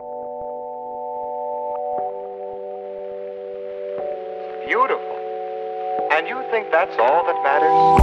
Beautiful. And you think that's all that matters?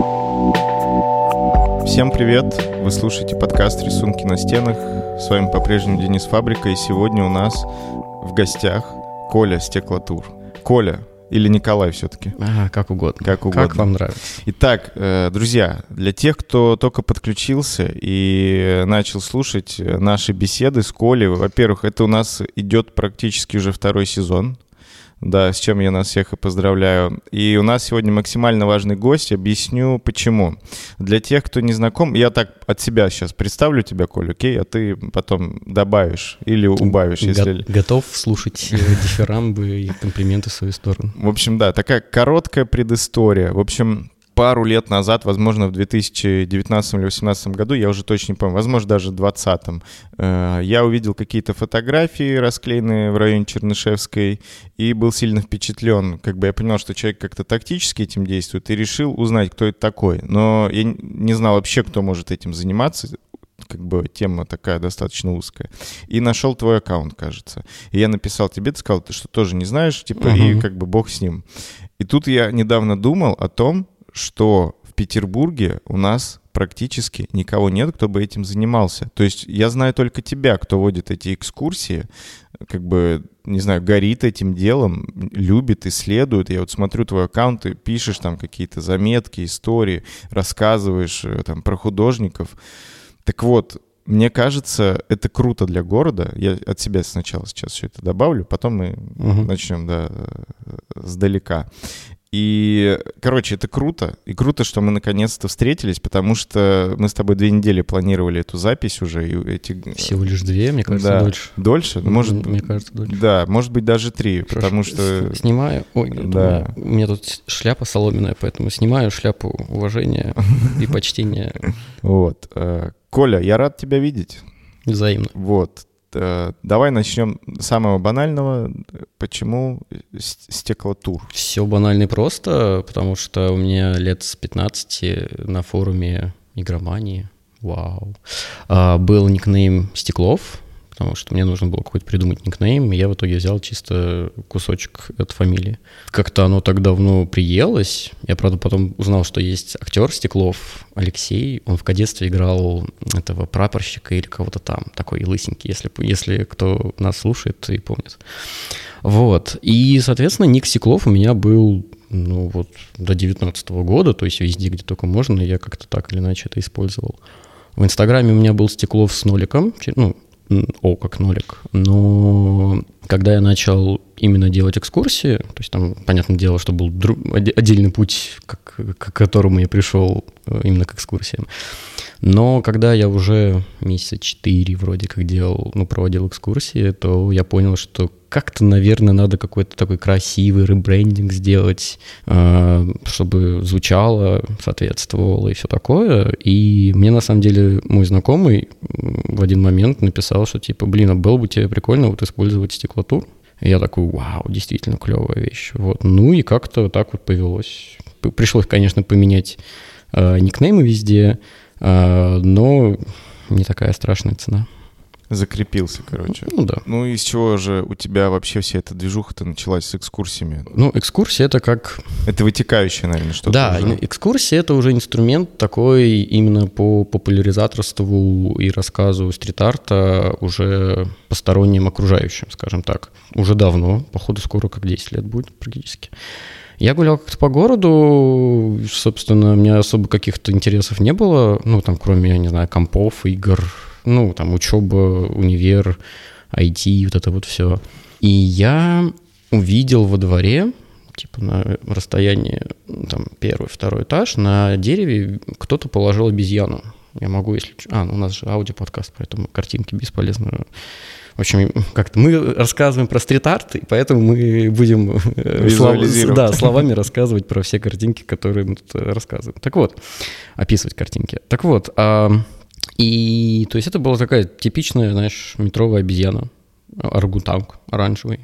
Всем привет! Вы слушаете подкаст «Рисунки на стенах». С вами по-прежнему Денис Фабрика, и сегодня у нас в гостях Коля Стеклотур. Коля или Николай все-таки? Как угодно. Как угодно. Как вам нравится. Итак, друзья, для тех, кто только подключился и начал слушать наши беседы с Колей, во-первых, это у нас идет практически уже второй сезон. Да, с чем я нас всех и поздравляю. И у нас сегодня максимально важный гость. Объясню, почему. Для тех, кто не знаком, я так от себя сейчас представлю тебя, Коля, окей? А ты потом добавишь или убавишь, если... Готов слушать дифирамбы и комплименты в свою сторону. В общем, да, такая короткая предыстория. В общем, пару лет назад, возможно, в 2019 или 2018 году, я уже точно не помню, возможно, даже в 2020, я увидел какие-то фотографии, расклеенные в районе Чернышевской, и был сильно впечатлен. Как бы я понял, что человек как-то тактически этим действует, и решил узнать, кто это такой. Но я не знал вообще, кто может этим заниматься. Как бы тема такая достаточно узкая. И нашел твой аккаунт, кажется. И я написал тебе, ты сказал, ты что, тоже не знаешь? Типа, и как бы бог с ним. И тут я недавно думал о том, что в Петербурге у нас практически никого нет, кто бы этим занимался. То есть я знаю только тебя, кто водит эти экскурсии, как бы, не знаю, горит этим делом, любит, исследует. Я вот смотрю твой аккаунт, ты пишешь там какие-то заметки, истории, рассказываешь там про художников. Так вот, мне кажется, это круто для города. Я от себя сначала сейчас все это добавлю, потом мы начнем, да, сдалека. И, короче, это круто. И круто, что мы наконец-то встретились, потому что мы с тобой 2 недели планировали эту запись уже. И Всего лишь 2, мне кажется, да, дольше. Дольше? Мне кажется, дольше. Да, может быть, даже 3, хорошо, потому что... Снимаю... Ой, да. У меня тут шляпа соломенная, поэтому снимаю шляпу уважения и почтения. Вот. Коля, я рад тебя видеть. Взаимно. Вот. Давай начнем с самого банального. Почему Стеклотур? Все банально и просто, потому что у меня лет с 15 на форуме игромании, был никнейм Стеклов, потому что мне нужно было какой-то придумать никнейм, и я в итоге взял чисто кусочек от фамилии. Как-то оно так давно приелось. Я, правда, потом узнал, что есть актер Стеклов, Алексей. Он в кадетстве играл этого прапорщика или кого-то там, такой лысенький, если кто нас слушает и помнит. Вот. И, соответственно, ник Стеклов у меня был, до 2019 года, то есть везде, где только можно, я как-то так или иначе это использовал. В Инстаграме у меня был Стеклов с ноликом, как нолик. Но когда я начал именно делать экскурсии, то есть там, понятное дело, что был отдельный путь, к которому я пришел именно к экскурсиям. Но когда я уже месяца 4 вроде как проводил экскурсии, то я понял, что как-то, наверное, надо какой-то такой красивый ребрендинг сделать, чтобы звучало, соответствовало и все такое. И мне, на самом деле, мой знакомый в один момент написал, что типа, было бы тебе прикольно вот использовать Стеклотур. И я такой, вау, действительно клевая вещь. Вот. Ну и как-то так вот повелось. Пришлось, конечно, поменять никнеймы везде, но не такая страшная цена. Закрепился, короче. Да. Ну, из чего же у тебя вообще вся эта движуха-то началась с экскурсиями? Экскурсия — это как... Это вытекающее, наверное, что-то. Да, уже. Экскурсия — это уже инструмент такой именно по популяризаторству и рассказу стрит-арта уже посторонним окружающим, скажем так. Уже давно, походу, скоро как 10 лет будет практически. Я гулял как-то по городу, собственно, у меня особо каких-то интересов не было, кроме, я не знаю, компов, игр, учеба, универ, IT, вот это вот все. И я увидел во дворе, на расстоянии, 1-2 этаж, на дереве кто-то положил обезьяну. Я могу, если... у нас же аудиоподкаст, поэтому картинки бесполезны. В общем, как-то мы рассказываем про стрит-арт, и поэтому мы будем словами рассказывать про все картинки, которые мы тут рассказываем. Так вот, описывать картинки. Так вот, и то есть это была такая типичная, метровая обезьяна, орангутанг оранжевый,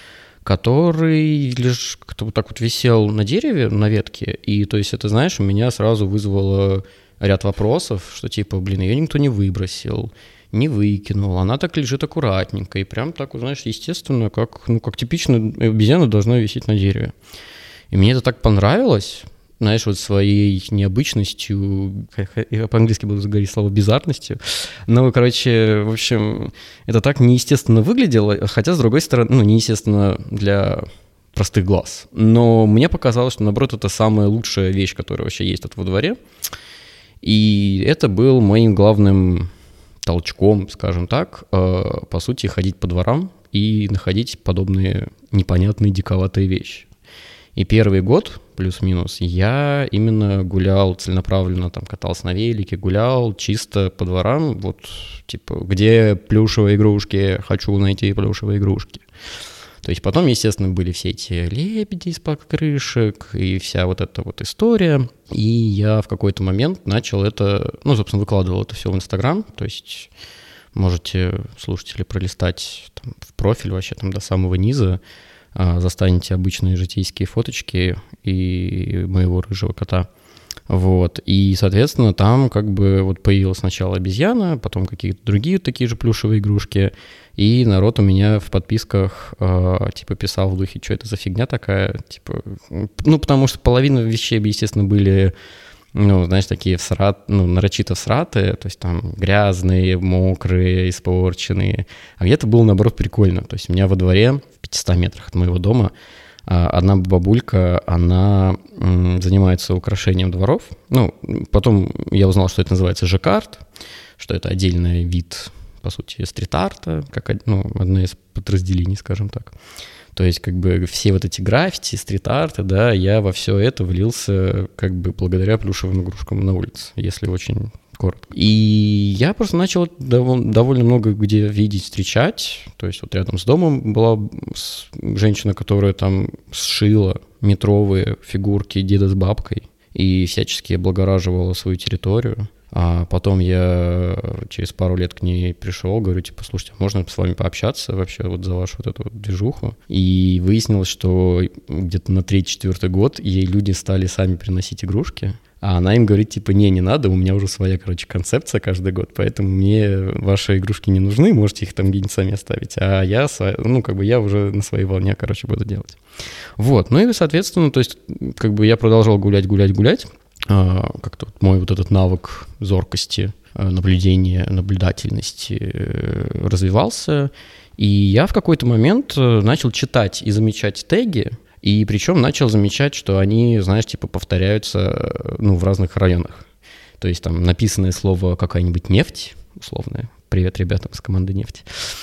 который лишь как-то вот так вот висел на дереве, на ветке, и то есть это, у меня сразу вызвало ряд вопросов, что ее никто не выбросил, не выкинул, она так лежит аккуратненько, и прям так, знаешь, естественно, как типично обезьяна должна висеть на дереве. И мне это так понравилось, знаешь, вот своей необычностью, я по-английски буду говорить слово «бизарностью», но, короче, в общем, это так неестественно выглядело, хотя, с другой стороны, неестественно для простых глаз. Но мне показалось, что, наоборот, это самая лучшая вещь, которая вообще есть тут во дворе. И это был моим главным толчком, скажем так, по сути, ходить по дворам и находить подобные непонятные, диковатые вещи. И первый год, плюс-минус, я именно гулял целенаправленно, там, катался на велике, гулял чисто по дворам, вот, типа, где плюшевые игрушки, хочу найти плюшевые игрушки. То есть потом, естественно, были все эти лебеди из-под крышек и вся вот эта вот история. И я в какой-то момент начал это, собственно, выкладывал это все в Инстаграм. То есть можете, слушатели, пролистать там, в профиль вообще там до самого низа. Застанете обычные житейские фоточки и моего рыжего кота. Вот. И, соответственно, там как бы вот появилась сначала обезьяна, потом какие-то другие такие же плюшевые игрушки. И народ у меня в подписках типа писал в духе, что это за фигня такая, типа, потому что половина вещей, естественно, были, знаешь, такие нарочито всратые, то есть там грязные, мокрые, испорченные, а где-то было, наоборот, прикольно. То есть у меня во дворе, в 500 метрах от моего дома, одна бабулька, она занимается украшением дворов. Потом я узнал, что это называется жаккард, что это отдельный вид, по сути, стрит-арта, как одно из подразделений, скажем так. То есть, как бы, все вот эти граффити, стрит-арты, да, я во все это влился, как бы, благодаря плюшевым игрушкам на улице, если очень коротко. И я просто начал довольно много где видеть, встречать. То есть, вот рядом с домом была женщина, которая там сшила метровые фигурки деда с бабкой и всячески облагораживала свою территорию. А потом я через пару лет к ней пришел, говорю, типа, слушайте, можно с вами пообщаться вообще вот за вашу вот эту вот движуху? И выяснилось, что где-то на 3-4 год ей люди стали сами приносить игрушки, а она им говорит, типа, не надо, у меня уже своя, концепция каждый год, поэтому мне ваши игрушки не нужны, можете их там где-нибудь сами оставить, а я, я уже на своей волне, буду делать. Вот, и, соответственно, то есть, я продолжал гулять, как-то мой вот этот навык зоркости, наблюдения, наблюдательности развивался, и я в какой-то момент начал читать и замечать теги, и причем начал замечать, что они, знаешь, типа повторяются, в разных районах. То есть там написанное слово какая-нибудь нефть, условная, привет ребятам с команды «Нефть»,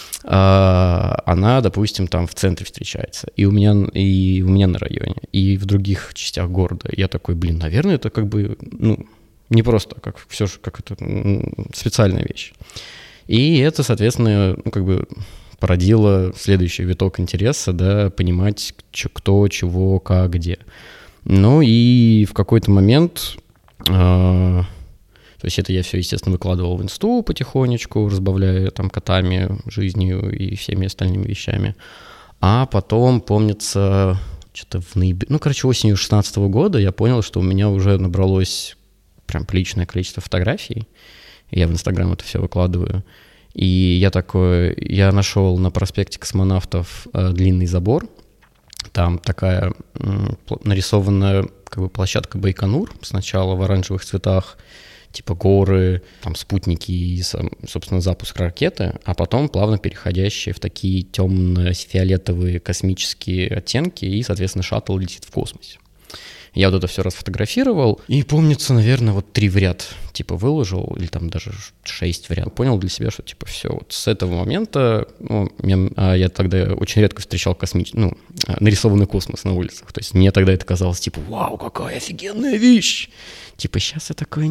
она, допустим, там в центре встречается, и у меня на районе, и в других частях города. Я такой, наверное, это не просто, это специальная вещь. И это, соответственно, породило следующий виток интереса, да, понимать, кто, чего, как, где. И в какой-то момент... То есть это я все, естественно, выкладывал в инсту потихонечку, разбавляя там котами, жизнью и всеми остальными вещами. А потом, помнится, что-то в ноябре, осенью 2016 года я понял, что у меня уже набралось прям приличное количество фотографий. Я в Инстаграм это все выкладываю. И я нашел на проспекте Космонавтов длинный забор. Там такая нарисованная площадка Байконур сначала в оранжевых цветах, типа горы, там спутники и, собственно, запуск ракеты, а потом плавно переходящие в такие темно-фиолетовые космические оттенки, и, соответственно, шаттл летит в космосе. Я вот это все расфотографировал, и, помнится, наверное, 3 в ряд, выложил, или там даже 6 в ряд. Понял для себя, что, все, вот с этого момента, я тогда очень редко встречал нарисованный космос на улицах. То есть мне тогда это казалось, вау, какая офигенная вещь! Сейчас я такой,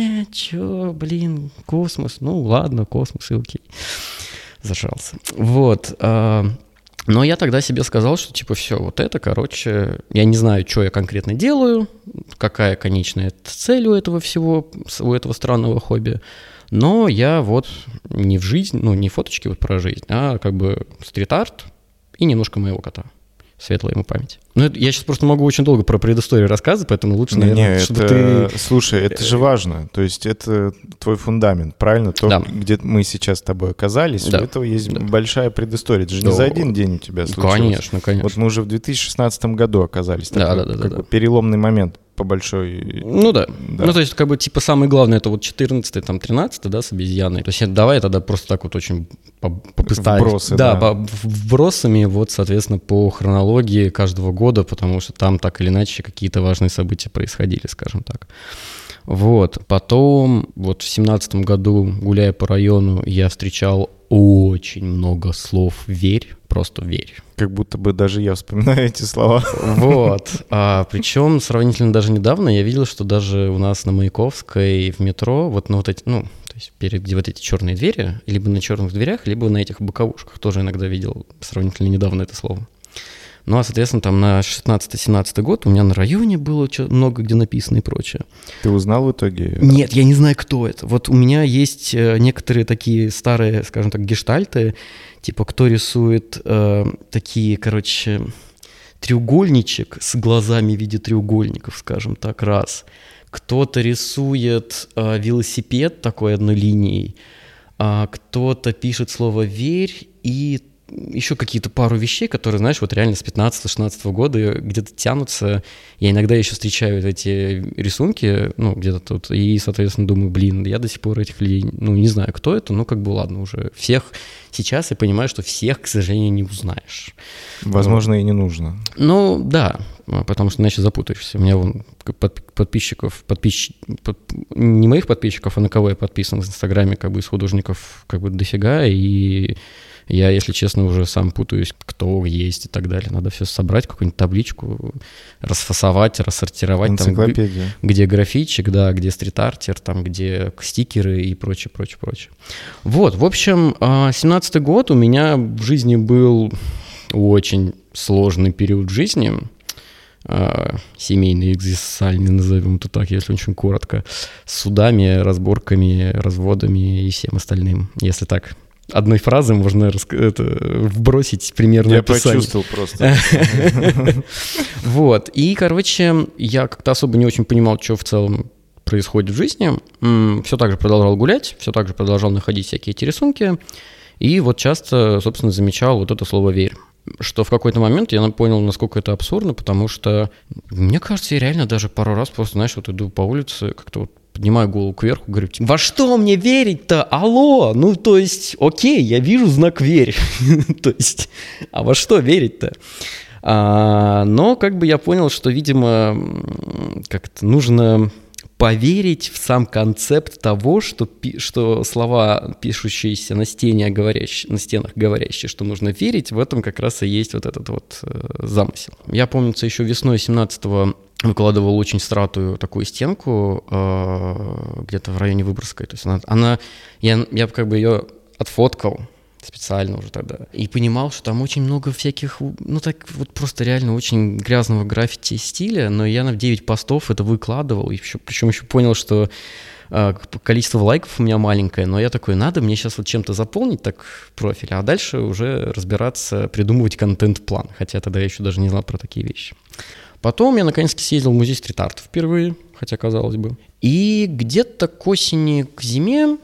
космос, ладно, космос, и окей. Зажался. Вот. Но я тогда себе сказал, что, все, вот это, я не знаю, что я конкретно делаю, какая конечная цель у этого всего, у этого странного хобби, но я не в жизнь, не фоточки про жизнь, а стрит-арт и немножко моего кота. Светлая ему память. Ну, я сейчас просто могу очень долго про предысторию рассказывать, поэтому лучше, наверное, чтобы ты... Слушай, это же важно. То есть это твой фундамент, правильно? То, где мы сейчас с тобой оказались, у этого есть большая предыстория. Это же не за один день у тебя случилось. Конечно. Вот мы уже в 2016 году оказались. Да. Переломный момент по большой... Ну да. Ну то есть как бы типа самое главное это вот 14-й, там 13-й, да, с обезьяной. То есть давай тогда просто так вот очень попытаюсь. Вбросы, вбросами вот, соответственно, по хронологии каждого года, потому что там так или иначе какие-то важные события происходили, скажем так. Вот. Потом вот в 17-м году, гуляя по району, я встречал очень много слов «верь», просто «верь». Как будто бы даже я вспоминаю эти слова. Вот. Причем сравнительно даже недавно я видел, что даже у нас на Маяковской в метро вот на вот эти, то есть где вот эти черные двери, либо на черных дверях, либо на этих боковушках тоже иногда видел сравнительно недавно это слово. Ну, а, соответственно, там на 16-17 год у меня на районе было много где написано и прочее. Ты узнал в итоге? Нет, я не знаю, кто это. Вот у меня есть некоторые такие старые, скажем так, гештальты, типа кто рисует такие, треугольничек с глазами в виде треугольников, скажем так, раз. Кто-то рисует велосипед такой одной линией, кто-то пишет слово «верь» и еще какие-то пару вещей, которые, знаешь, вот реально с 15-16 года где-то тянутся. Я иногда еще встречаю эти рисунки, где-то тут, и, соответственно, думаю, я до сих пор этих людей, не знаю, кто это, ладно, уже всех сейчас я понимаю, что всех, к сожалению, не узнаешь. Возможно, и не нужно. Да, потому что иначе запутаешься. У меня вон не моих подписчиков, а на кого я подписан в Инстаграме, из художников дофига, и я, если честно, уже сам путаюсь, кто есть и так далее. Надо все собрать, какую-нибудь табличку, расфасовать, рассортировать. Энциклопедия. Там, где графичик, да, где стрит-артер, там, где стикеры и прочее. Вот, в общем, 17-й год у меня в жизни был очень сложный период жизни, семейный, экзистенциальный, назовем это так, если очень коротко, с судами, разборками, разводами и всем остальным, если так... Одной фразой можно вбросить примерно описание. Я почувствовал просто. Вот. И, я как-то особо не очень понимал, что в целом происходит в жизни. Все так же продолжал гулять, все так же продолжал находить всякие эти рисунки. И вот часто, собственно, замечал вот это слово «верь». Что в какой-то момент я понял, насколько это абсурдно, потому что, мне кажется, я реально даже пару раз просто, знаешь, вот иду по улице, как-то поднимаю голову кверху, говорю, во что мне верить-то? Алло! То есть, окей, я вижу знак «верь». То есть, а во что верить-то? Но я понял, что, видимо, как-то нужно поверить в сам концепт того, что слова, пишущиеся на стенах говорящие, что нужно верить, в этом как раз и есть вот этот вот замысел. Я, помнится, еще весной 17-го выкладывал очень стратую такую стенку где-то в районе Выборгской. То есть я ее отфоткал специально уже тогда. И понимал, что там очень много всяких, просто реально очень грязного граффити стиля, но я на 9 постов это выкладывал, причем еще понял, что количество лайков у меня маленькое, но я такой, надо мне сейчас вот чем-то заполнить так профиль, а дальше уже разбираться, придумывать контент-план, хотя тогда я еще даже не знал про такие вещи. Потом я наконец-то съездил в музей стрит-арта впервые, хотя казалось бы. И где-то к осени, к зиме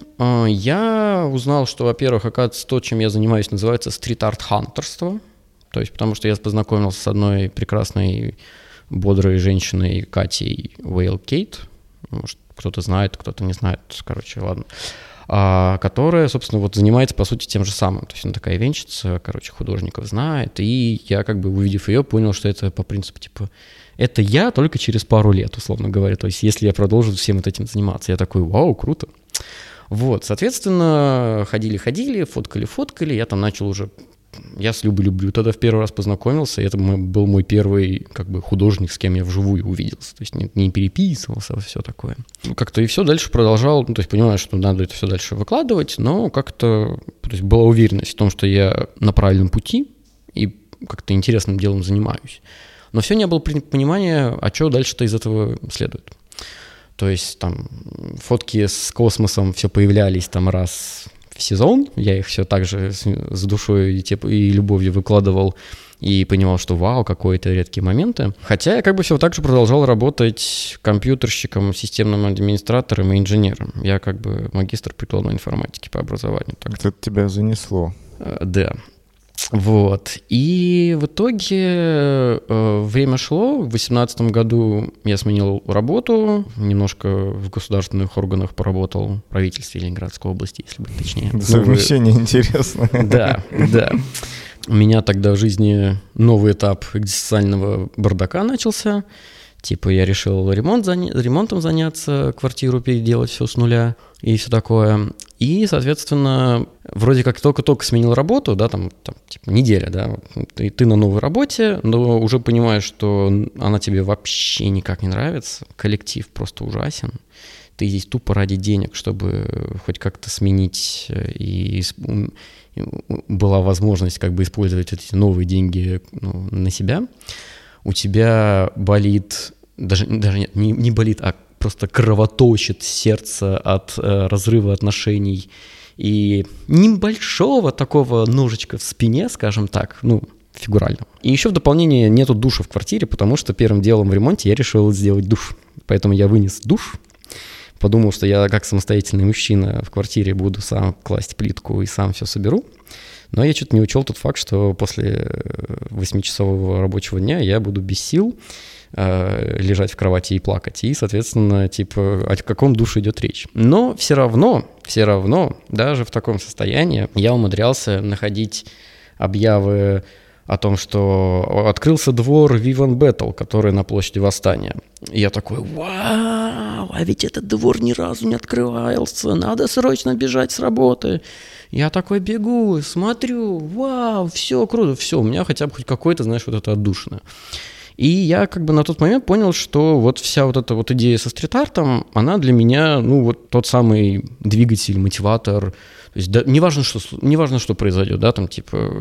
я узнал, что, во-первых, оказывается, то, чем я занимаюсь, называется стрит-арт-хантерство. То есть потому что я познакомился с одной прекрасной, бодрой женщиной Катей Вейл Кейт. Может, кто-то знает, кто-то не знает. Ладно. Которая, собственно, вот занимается, по сути, тем же самым. То есть она такая венчица, художников знает. И я, увидев ее, понял, что это по принципу, это я только через пару лет, условно говоря. То есть если я продолжу всем вот этим заниматься. Я такой, вау, круто. Вот, соответственно, ходили, фоткали. Я там начал уже... Я с Любой люблю тогда в первый раз познакомился. Это был мой первый художник, с кем я вживую увиделся. То есть не переписывался, все такое. Как-то и все дальше продолжал. То есть понимаю, что надо это все дальше выкладывать, но то есть была уверенность в том, что я на правильном пути и как-то интересным делом занимаюсь. Но все не было понимания, а что дальше-то из этого следует. То есть там фотки с космосом все появлялись раз в сезон, я их все так же с душой и любовью выкладывал и понимал, что вау, какие-то редкие моменты. Хотя я как бы все так же продолжал работать компьютерщиком, системным администратором и инженером. Я как бы магистр прикладной информатики по образованию. Так. Это тебя занесло. Да. Вот. И в итоге время шло. В 2018 году я сменил работу, немножко в государственных органах поработал, в правительстве Ленинградской области, если быть точнее. Совмещение интересно. Да, да. У меня тогда в жизни новый этап экзистенциального бардака начался. Типа я решил ремонтом заняться, квартиру переделать, все с нуля и все такое. И, соответственно, вроде как только сменил работу, да, там типа неделя, да, ты на новой работе, но уже понимаешь, что она тебе вообще никак не нравится, коллектив просто ужасен. Ты здесь тупо ради денег, чтобы хоть как-то сменить, и была возможность как бы использовать эти новые деньги на себя. У тебя болит, даже нет, не болит, а просто кровоточит сердце от разрыва отношений и небольшого такого ножичка в спине, скажем так, фигурально. И еще в дополнение нету душа в квартире, потому что первым делом в ремонте я решил сделать душ. Поэтому я вынес душ, подумал, что я как самостоятельный мужчина в квартире буду сам класть плитку и сам все соберу. Но я что-то не учел тот факт, что после 8-часового рабочего дня я буду без сил лежать в кровати и плакать. И, соответственно, типа, о каком душе идет речь. Но все равно, даже в таком состоянии я умудрялся находить объявы о том, что открылся двор Vivan Battle, который на площади Восстания. И я такой, вау, а ведь этот двор ни разу не открывался, надо срочно бежать с работы. Я такой бегу, смотрю, вау, все круто, все, у меня хотя бы хоть какой-то, знаешь, вот это отдушина. И я как бы на тот момент понял, что вот вся вот эта вот идея со стрит-артом, она для меня, вот тот самый двигатель, мотиватор. То есть да, неважно, что произойдет, да, там типа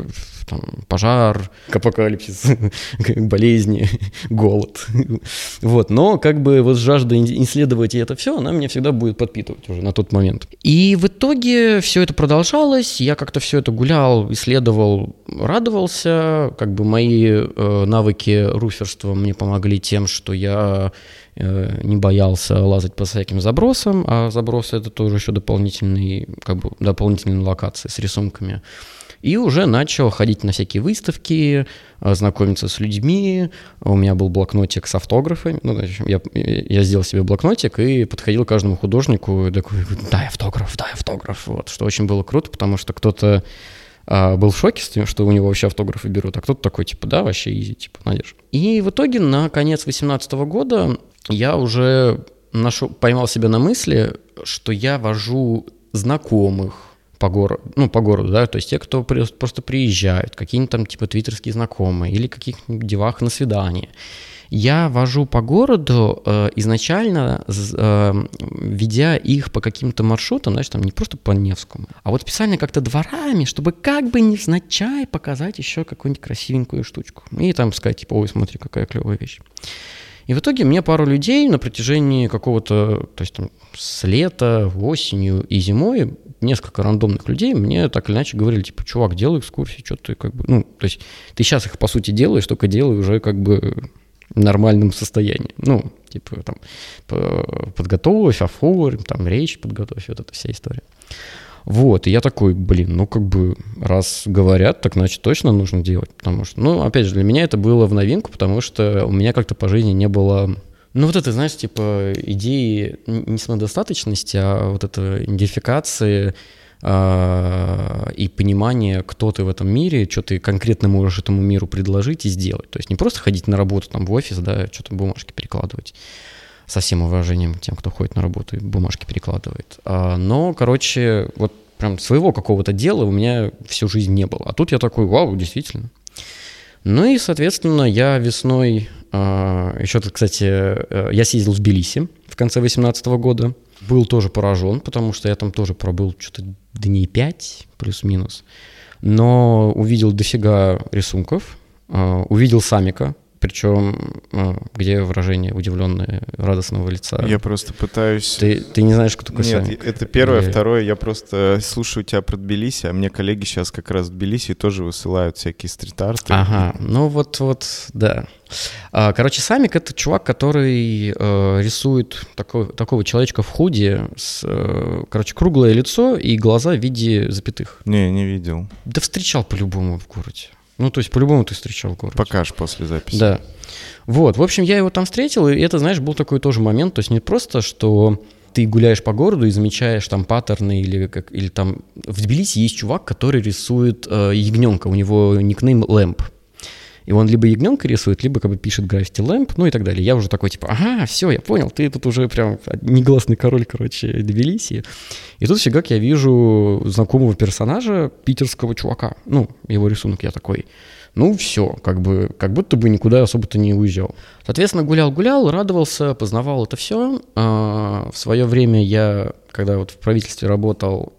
пожар, апокалипсис, болезни, голод. Вот, но как бы вот жажда исследовать и это все, она меня всегда будет подпитывать уже на тот момент. И в итоге все это продолжалось, я как-то все это гулял, исследовал, радовался, как бы мои навыки руферства мне помогли тем, что я не боялся лазать по всяким забросам, а забросы — это тоже еще дополнительные локации с рисунками. И уже начал ходить на всякие выставки, знакомиться с людьми. У меня был блокнотик с автографами. Я сделал себе блокнотик и подходил к каждому художнику и такой: дай автограф. Вот, что очень было круто, потому что кто-то был в шоке с тем, что у него вообще автографы берут, а кто-то такой, типа, да, вообще изи, типа, найдешь. И в итоге на конец 2018 года я уже поймал себя на мысли, что я вожу знакомых по городу, да, то есть те, кто просто приезжают, какие-нибудь там, типа, твиттерские знакомые или каких-нибудь девах на свидание. Я вожу по городу изначально, ведя их по каким-то маршрутам, знаешь, там не просто по Невскому, а вот специально как-то дворами, чтобы как бы невзначай показать еще какую-нибудь красивенькую штучку. И там сказать, типа, ой, смотри, какая клевая вещь. И в итоге мне пару людей на протяжении какого-то, то есть там с лета, осенью и зимой, несколько рандомных людей мне так или иначе говорили, типа, чувак, делай экскурсии, что ты как бы, то есть ты сейчас их, по сути, делаешь, только делай уже как бы в нормальном состоянии. Типа, там, подготовь, оформь, там, речь подготовь, вот эта вся история. Вот, и я такой, как бы, раз говорят, так значит точно нужно делать, потому что, опять же, для меня это было в новинку, потому что у меня как-то по жизни не было, вот это, знаешь, типа, идеи не самодостаточности, а вот это идентификации и понимание, кто ты в этом мире, что ты конкретно можешь этому миру предложить и сделать. То есть не просто ходить на работу там в офис, да, что-то бумажки перекладывать. Со всем уважением к тем, кто ходит на работу и бумажки перекладывает. Но, короче, вот прям своего какого-то дела у меня всю жизнь не было. А тут я такой, вау, действительно. И, соответственно, я весной... Еще-то, кстати, я съездил в Тбилиси в конце 2018 года. Был тоже поражен, потому что я там тоже пробыл что-то дней 5, плюс-минус. Но увидел дофига рисунков. Увидел Самика, Причем, где выражение удивленное, радостного лица? Я просто пытаюсь... Ты не знаешь, кто такой Самик? Нет, это первое. Второе, я просто слушаю тебя про Тбилиси, а мне коллеги сейчас как раз в Тбилиси тоже высылают всякие стрит-арты. Ага, ну вот, да. Короче, Самик — это чувак, который рисует такого человечка в худи с, круглое лицо и глаза в виде запятых. Не видел. Да встречал по-любому в городе. Ну, то есть по-любому ты встречал в городе. Покажешь после записи. Да. Вот, в общем, я его там встретил, и это, знаешь, был такой тоже момент, то есть не просто, что ты гуляешь по городу и замечаешь там паттерны или там... В Тбилиси есть чувак, который рисует ягненка, у него никнейм Лэмп. И он либо ягненка рисует, либо как бы пишет граффити Лэмп, ну и так далее. Я уже такой, типа, ага, все, я понял, ты тут уже прям негласный король, короче, Тбилиси. И тут фигак я вижу знакомого персонажа, питерского чувака. Ну, его рисунок, я такой, ну все, как будто бы никуда особо-то не уезжал. Соответственно, гулял, радовался, познавал это все. В свое время я, когда вот в правительстве работал,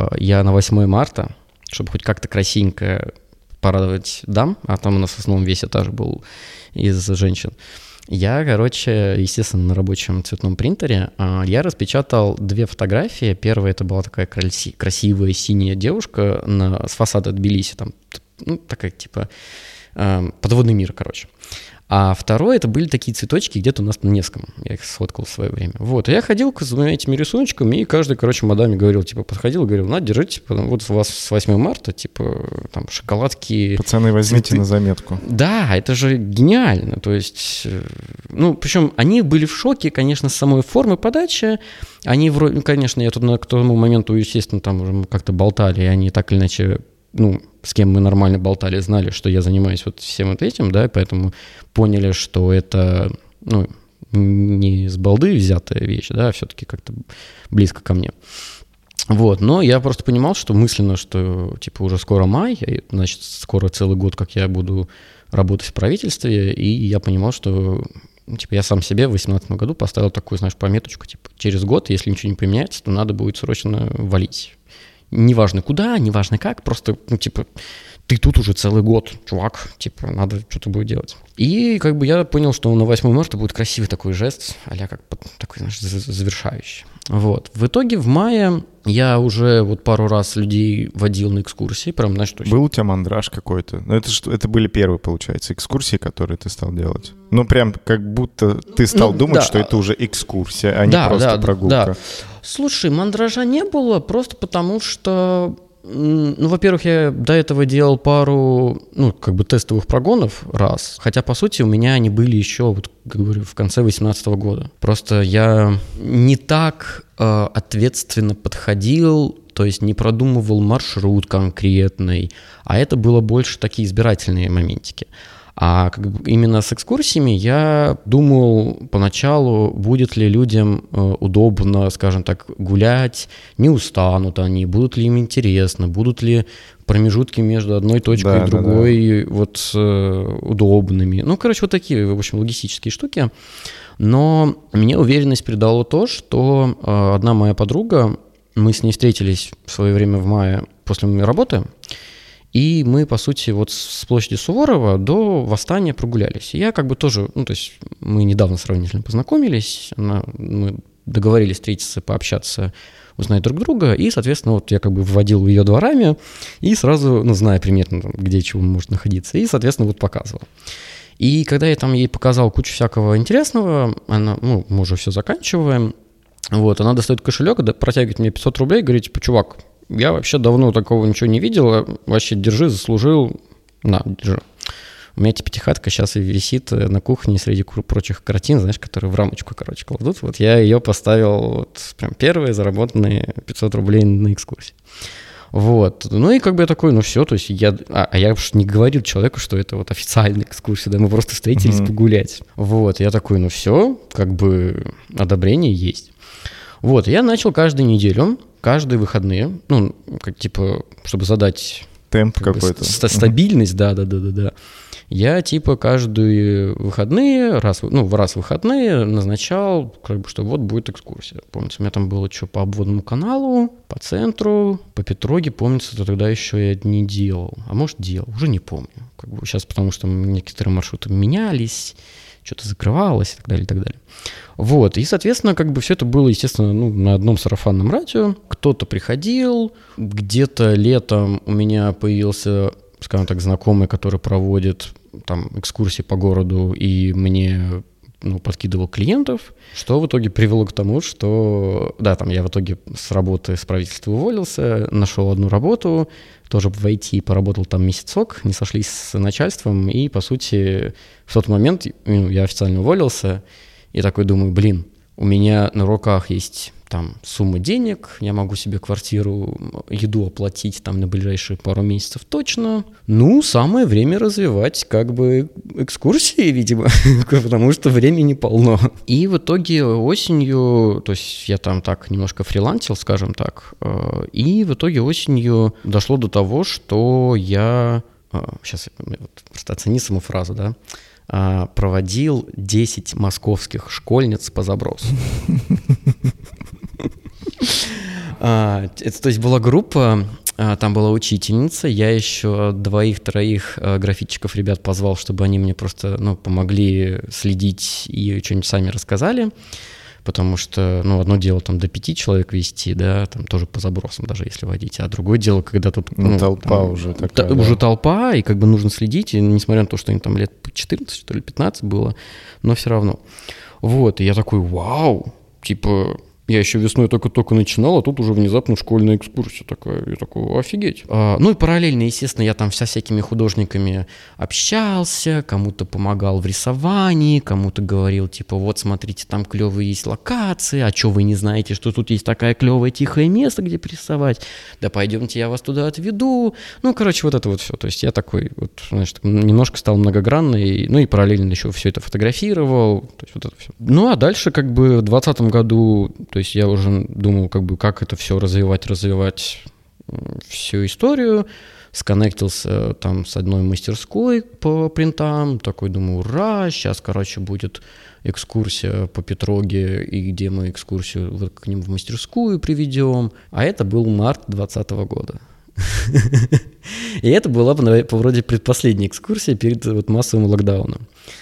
я на 8 марта, чтобы хоть как-то красивенько порадовать дам, а там у нас в основном весь этаж был из женщин. Я, естественно, на рабочем цветном принтере я распечатал 2 фотографии. Первая — это была такая красивая синяя девушка с фасада Тбилиси, там, ну, такая типа подводный мир, короче. А второе — это были такие цветочки где-то у нас на Невском. Я их сфоткал в свое время. Вот, и я ходил с этими рисуночками, и каждый, мадаме говорил, типа, подходил и говорил, на, держите, вот у вас с 8 марта, типа, там, шоколадки. Пацаны, возьмите на заметку. Да, это же гениально, то есть, ну, причем они были в шоке, конечно, с самой формы подачи. Они вроде, ну, конечно, я тут к тому моменту, естественно, там уже как-то болтали, и они так или иначе, ну, с кем мы нормально болтали, знали, что я занимаюсь вот всем вот этим, да, поэтому поняли, что это, ну, не с балды взятая вещь, да, а все-таки как-то близко ко мне. Вот, но я просто понимал, что мысленно, что, типа, уже скоро май, значит, скоро целый год, как я буду работать в правительстве, и я понимал, что, типа, я сам себе в 2018 году поставил такую, знаешь, пометочку, типа, через год, если ничего не поменяется, то надо будет срочно валить. Неважно куда, неважно как, просто, ну, типа, ты тут уже целый год, чувак, типа, надо что-то будет делать. И как бы я понял, что на 8 марта будет красивый такой жест, а-ля как такой, знаешь, завершающий. Вот. В итоге в мае я уже вот пару раз людей водил на экскурсии, прям, знаешь, точно. Был у тебя мандраж какой-то? Ну, это были первые, получается, экскурсии, которые ты стал делать? Ну, прям как будто ты стал думать, да, что это уже экскурсия, а не просто прогулка. Да. Слушай, мандража не было просто потому, что... Ну, во-первых, я до этого делал пару, ну, как бы тестовых прогонов раз, хотя, по сути, у меня они были еще, вот, как говорю, в конце 2018 года. Просто я не так ответственно подходил, то есть не продумывал маршрут конкретный, а это было больше такие избирательные моментики. А как бы именно с экскурсиями я думал поначалу, будет ли людям удобно, скажем так, гулять, не устанут они, будут ли им интересно, будут ли промежутки между одной точкой и другой вот удобными. Ну, короче, вот такие, в общем, логистические штуки. Но мне уверенность придало то, что одна моя подруга, мы с ней встретились в свое время в мае после моей работы, и мы, по сути, вот с площади Суворова до Восстания прогулялись. И я как бы тоже, ну, то есть мы недавно сравнительно познакомились, мы договорились встретиться, пообщаться, узнать друг друга, и, соответственно, вот я как бы вводил ее дворами и сразу, ну, зная примерно, где чего может находиться, и, соответственно, вот показывал. И когда я там ей показал кучу всякого интересного, она, ну, мы уже все заканчиваем, вот, она достает кошелек, протягивает мне 500 рублей, говорит, типа, чувак, я вообще давно такого ничего не видел, вообще держи, заслужил, на, держи. У меня типа пятихатка сейчас и висит на кухне среди прочих картин, знаешь, которые в рамочку, короче, кладут. Вот я ее поставил, вот прям первые заработанные 500 рублей на экскурсии. Вот. Ну и как бы я такой, ну все, то есть я уж не говорил человеку, что это вот официальная экскурсия, да, мы просто встретились погулять. Вот, я такой, ну все, как бы одобрение есть. Вот, я начал каждую неделю, каждые выходные, ну, как типа, чтобы задать темп какой-то. Стабильность, да. Я типа каждые выходные, раз в выходные назначал, как бы, что вот будет экскурсия. Помните, у меня там было что по обводному каналу, по центру, по Петроге, помнится, тогда еще я не делал. А может делал, уже не помню. как бы сейчас, потому что некоторые маршруты менялись, что-то закрывалось и так далее, и так далее. Вот, и, соответственно, как бы все это было, естественно, на одном сарафанном радио. Кто-то приходил, где-то летом у меня появился, скажем так, знакомый, который проводит там экскурсии по городу, и мне подкидывал клиентов, что в итоге привело к тому, что, да, там я в итоге с работы с правительства уволился, нашел одну работу, тоже в IT, поработал там месяцок, не сошлись с начальством, и, по сути, в тот момент я официально уволился, и такой думаю, у меня на руках есть там сумма денег, я могу себе квартиру, еду оплатить там на ближайшие пару месяцев точно. Самое время развивать как бы экскурсии, видимо, потому что времени полно. И в итоге осенью, то есть я там так немножко фрилансил, скажем так, и в итоге осенью дошло до того, что я... Сейчас просто оцени саму фразу, да? Проводил 10 московских школьниц по забросу. Это, то есть, была группа, там была учительница, я еще 2-3 графитчиков ребят позвал, чтобы они мне просто, помогли следить и что-нибудь сами рассказали, потому что, одно дело там до 5 человек вести, да, там тоже по забросам даже если водить, а другое дело, когда тут... толпа там, уже такая. Уже толпа, и как бы нужно следить, и несмотря на то, что им там лет 14, что ли, 15 было, но все равно. Вот, и я такой, вау, типа... Я еще весной только начинал, а тут уже внезапно школьная экскурсия такая. Я такой, офигеть. И параллельно, естественно, я там со всякими художниками общался, кому-то помогал в рисовании, кому-то говорил, типа, вот, смотрите, там клевые есть локации, а что вы не знаете, что тут есть такое клевое тихое место, где порисовать? Да пойдемте, я вас туда отведу. Короче, вот это вот все. То есть я такой, вот, знаешь, немножко стал многогранный, и параллельно еще все это фотографировал. То есть вот это все. А дальше, как бы, в 2020 году... То есть я уже думал, как бы, как это все развивать всю историю. Сконнектился там с одной мастерской по принтам. Такой думаю, ура, сейчас, будет экскурсия по Петроге, и где мы экскурсию к ним в мастерскую приведем. А это был март 2020 года. И это была вроде предпоследняя экскурсия перед массовым локдауном.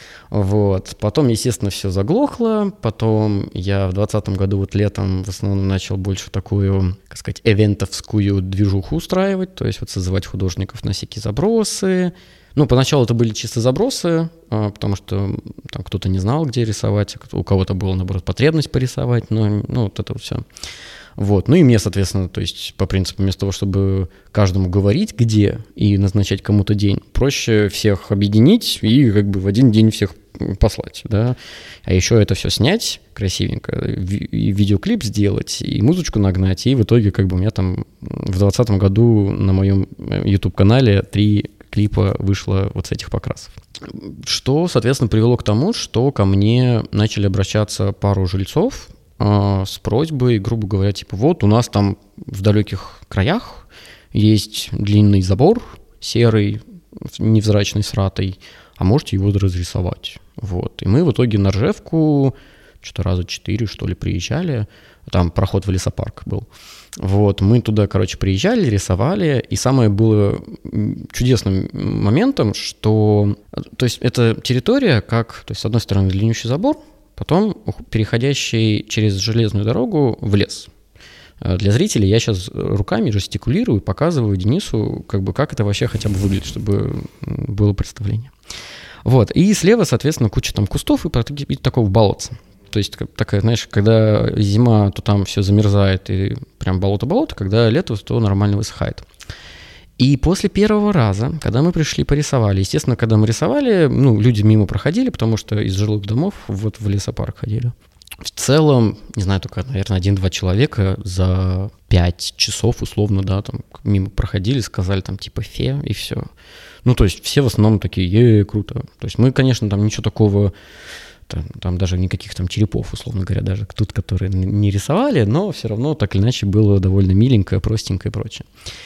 Вот. Потом, естественно, все заглохло. Потом я в 2020 году летом в основном начал больше такую, как сказать, эвентовскую движуху устраивать, то есть созывать художников на всякие забросы. Поначалу это были чисто забросы, потому что там кто-то не знал, где рисовать, у кого-то была, наоборот, потребность порисовать, вот это вот все. Вот. И мне, соответственно, то есть по принципу, вместо того, чтобы каждому говорить, где, и назначать кому-то день, проще всех объединить и как бы в один день всех послать, да. А еще это все снять красивенько, и видеоклип сделать, и музычку нагнать, и в итоге как бы у меня там в 2020 году на моем YouTube-канале 3 клипа вышло вот с этих покрасов. Что, соответственно, привело к тому, что ко мне начали обращаться пару жильцов, с просьбой, грубо говоря, типа, вот у нас там в далеких краях есть длинный забор серый, невзрачный с ратой, а можете его разрисовать. Вот. И мы в итоге на Ржевку что-то раза 4, что ли, приезжали, там проход в лесопарк был. Вот, мы туда, приезжали, рисовали, и самое было чудесным моментом, что, то есть это территория, как, то есть с одной стороны длиннющий забор, потом переходящий через железную дорогу в лес. Для зрителей я сейчас руками жестикулирую, показываю Денису, как это вообще хотя бы выглядит, чтобы было представление. Вот, и слева, соответственно, куча там кустов и такого болотца. То есть такая, знаешь, когда зима, то там все замерзает и прям болото-болото, когда лето, то нормально высыхает. И после первого раза, когда мы пришли, порисовали, естественно, когда мы рисовали, люди мимо проходили, потому что из жилых домов вот в лесопарк ходили. В целом, не знаю, только, наверное, 1-2 человека за 5 часов, условно, да, там мимо проходили, сказали там типа «фе» и все. То есть все в основном такие круто. То есть мы, конечно, там ничего такого, там даже никаких там черепов, условно говоря, даже тут, которые не рисовали, но все равно так или иначе было довольно миленько, простенько и прочее.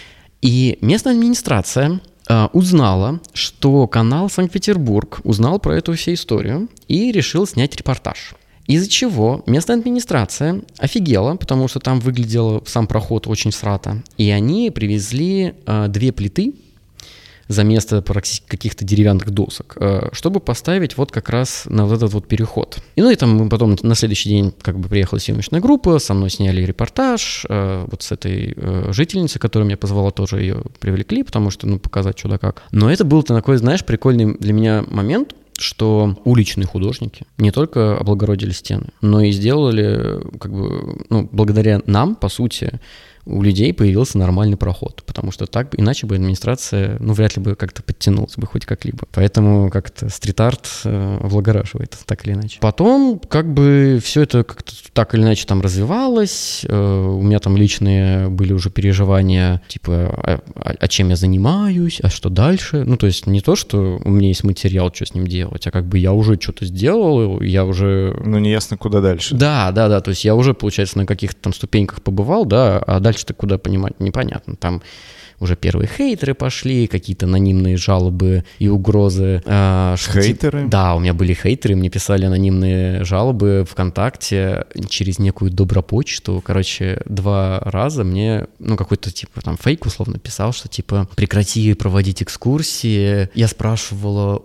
И местная администрация узнала, что канал «Санкт-Петербург» узнал про эту всю историю и решил снять репортаж. Из-за чего местная администрация офигела, потому что там выглядел сам проход очень срато, и они привезли 2 плиты за место практически каких-то деревянных досок, чтобы поставить вот как раз на вот этот вот переход. И ну и там мы потом на следующий день как бы приехала съемочная группа, со мной сняли репортаж, вот с этой жительницей, которая меня позвала, тоже ее привлекли, потому что, ну, показать что да как. Но это был такой, знаешь, прикольный для меня момент, что уличные художники не только облагородили стены, но и сделали, как бы, ну, благодаря нам, по сути, у людей появился нормальный проход, потому что так, иначе бы администрация, ну, вряд ли бы как-то подтянулась бы хоть как-либо. Поэтому как-то стрит-арт облагораживает, так или иначе. Потом, как бы, все это как-то так или иначе там развивалось, у меня там личные были уже переживания, типа, а чем я занимаюсь, а что дальше? Ну, то есть не то, что у меня есть материал, что с ним делать, а как бы я уже что-то сделал, я уже... Ну, неясно, куда дальше. Да, то есть я уже, получается, на каких-то там ступеньках побывал, да, а дальше-то куда понимать непонятно. Там уже первые хейтеры пошли, какие-то анонимные жалобы и угрозы. Хейтеры? Да, у меня были хейтеры, мне писали анонимные жалобы ВКонтакте через некую добропочту. Короче, 2 раза мне, ну, какой-то типа там фейк условно писал, что типа прекрати проводить экскурсии. Я спрашивала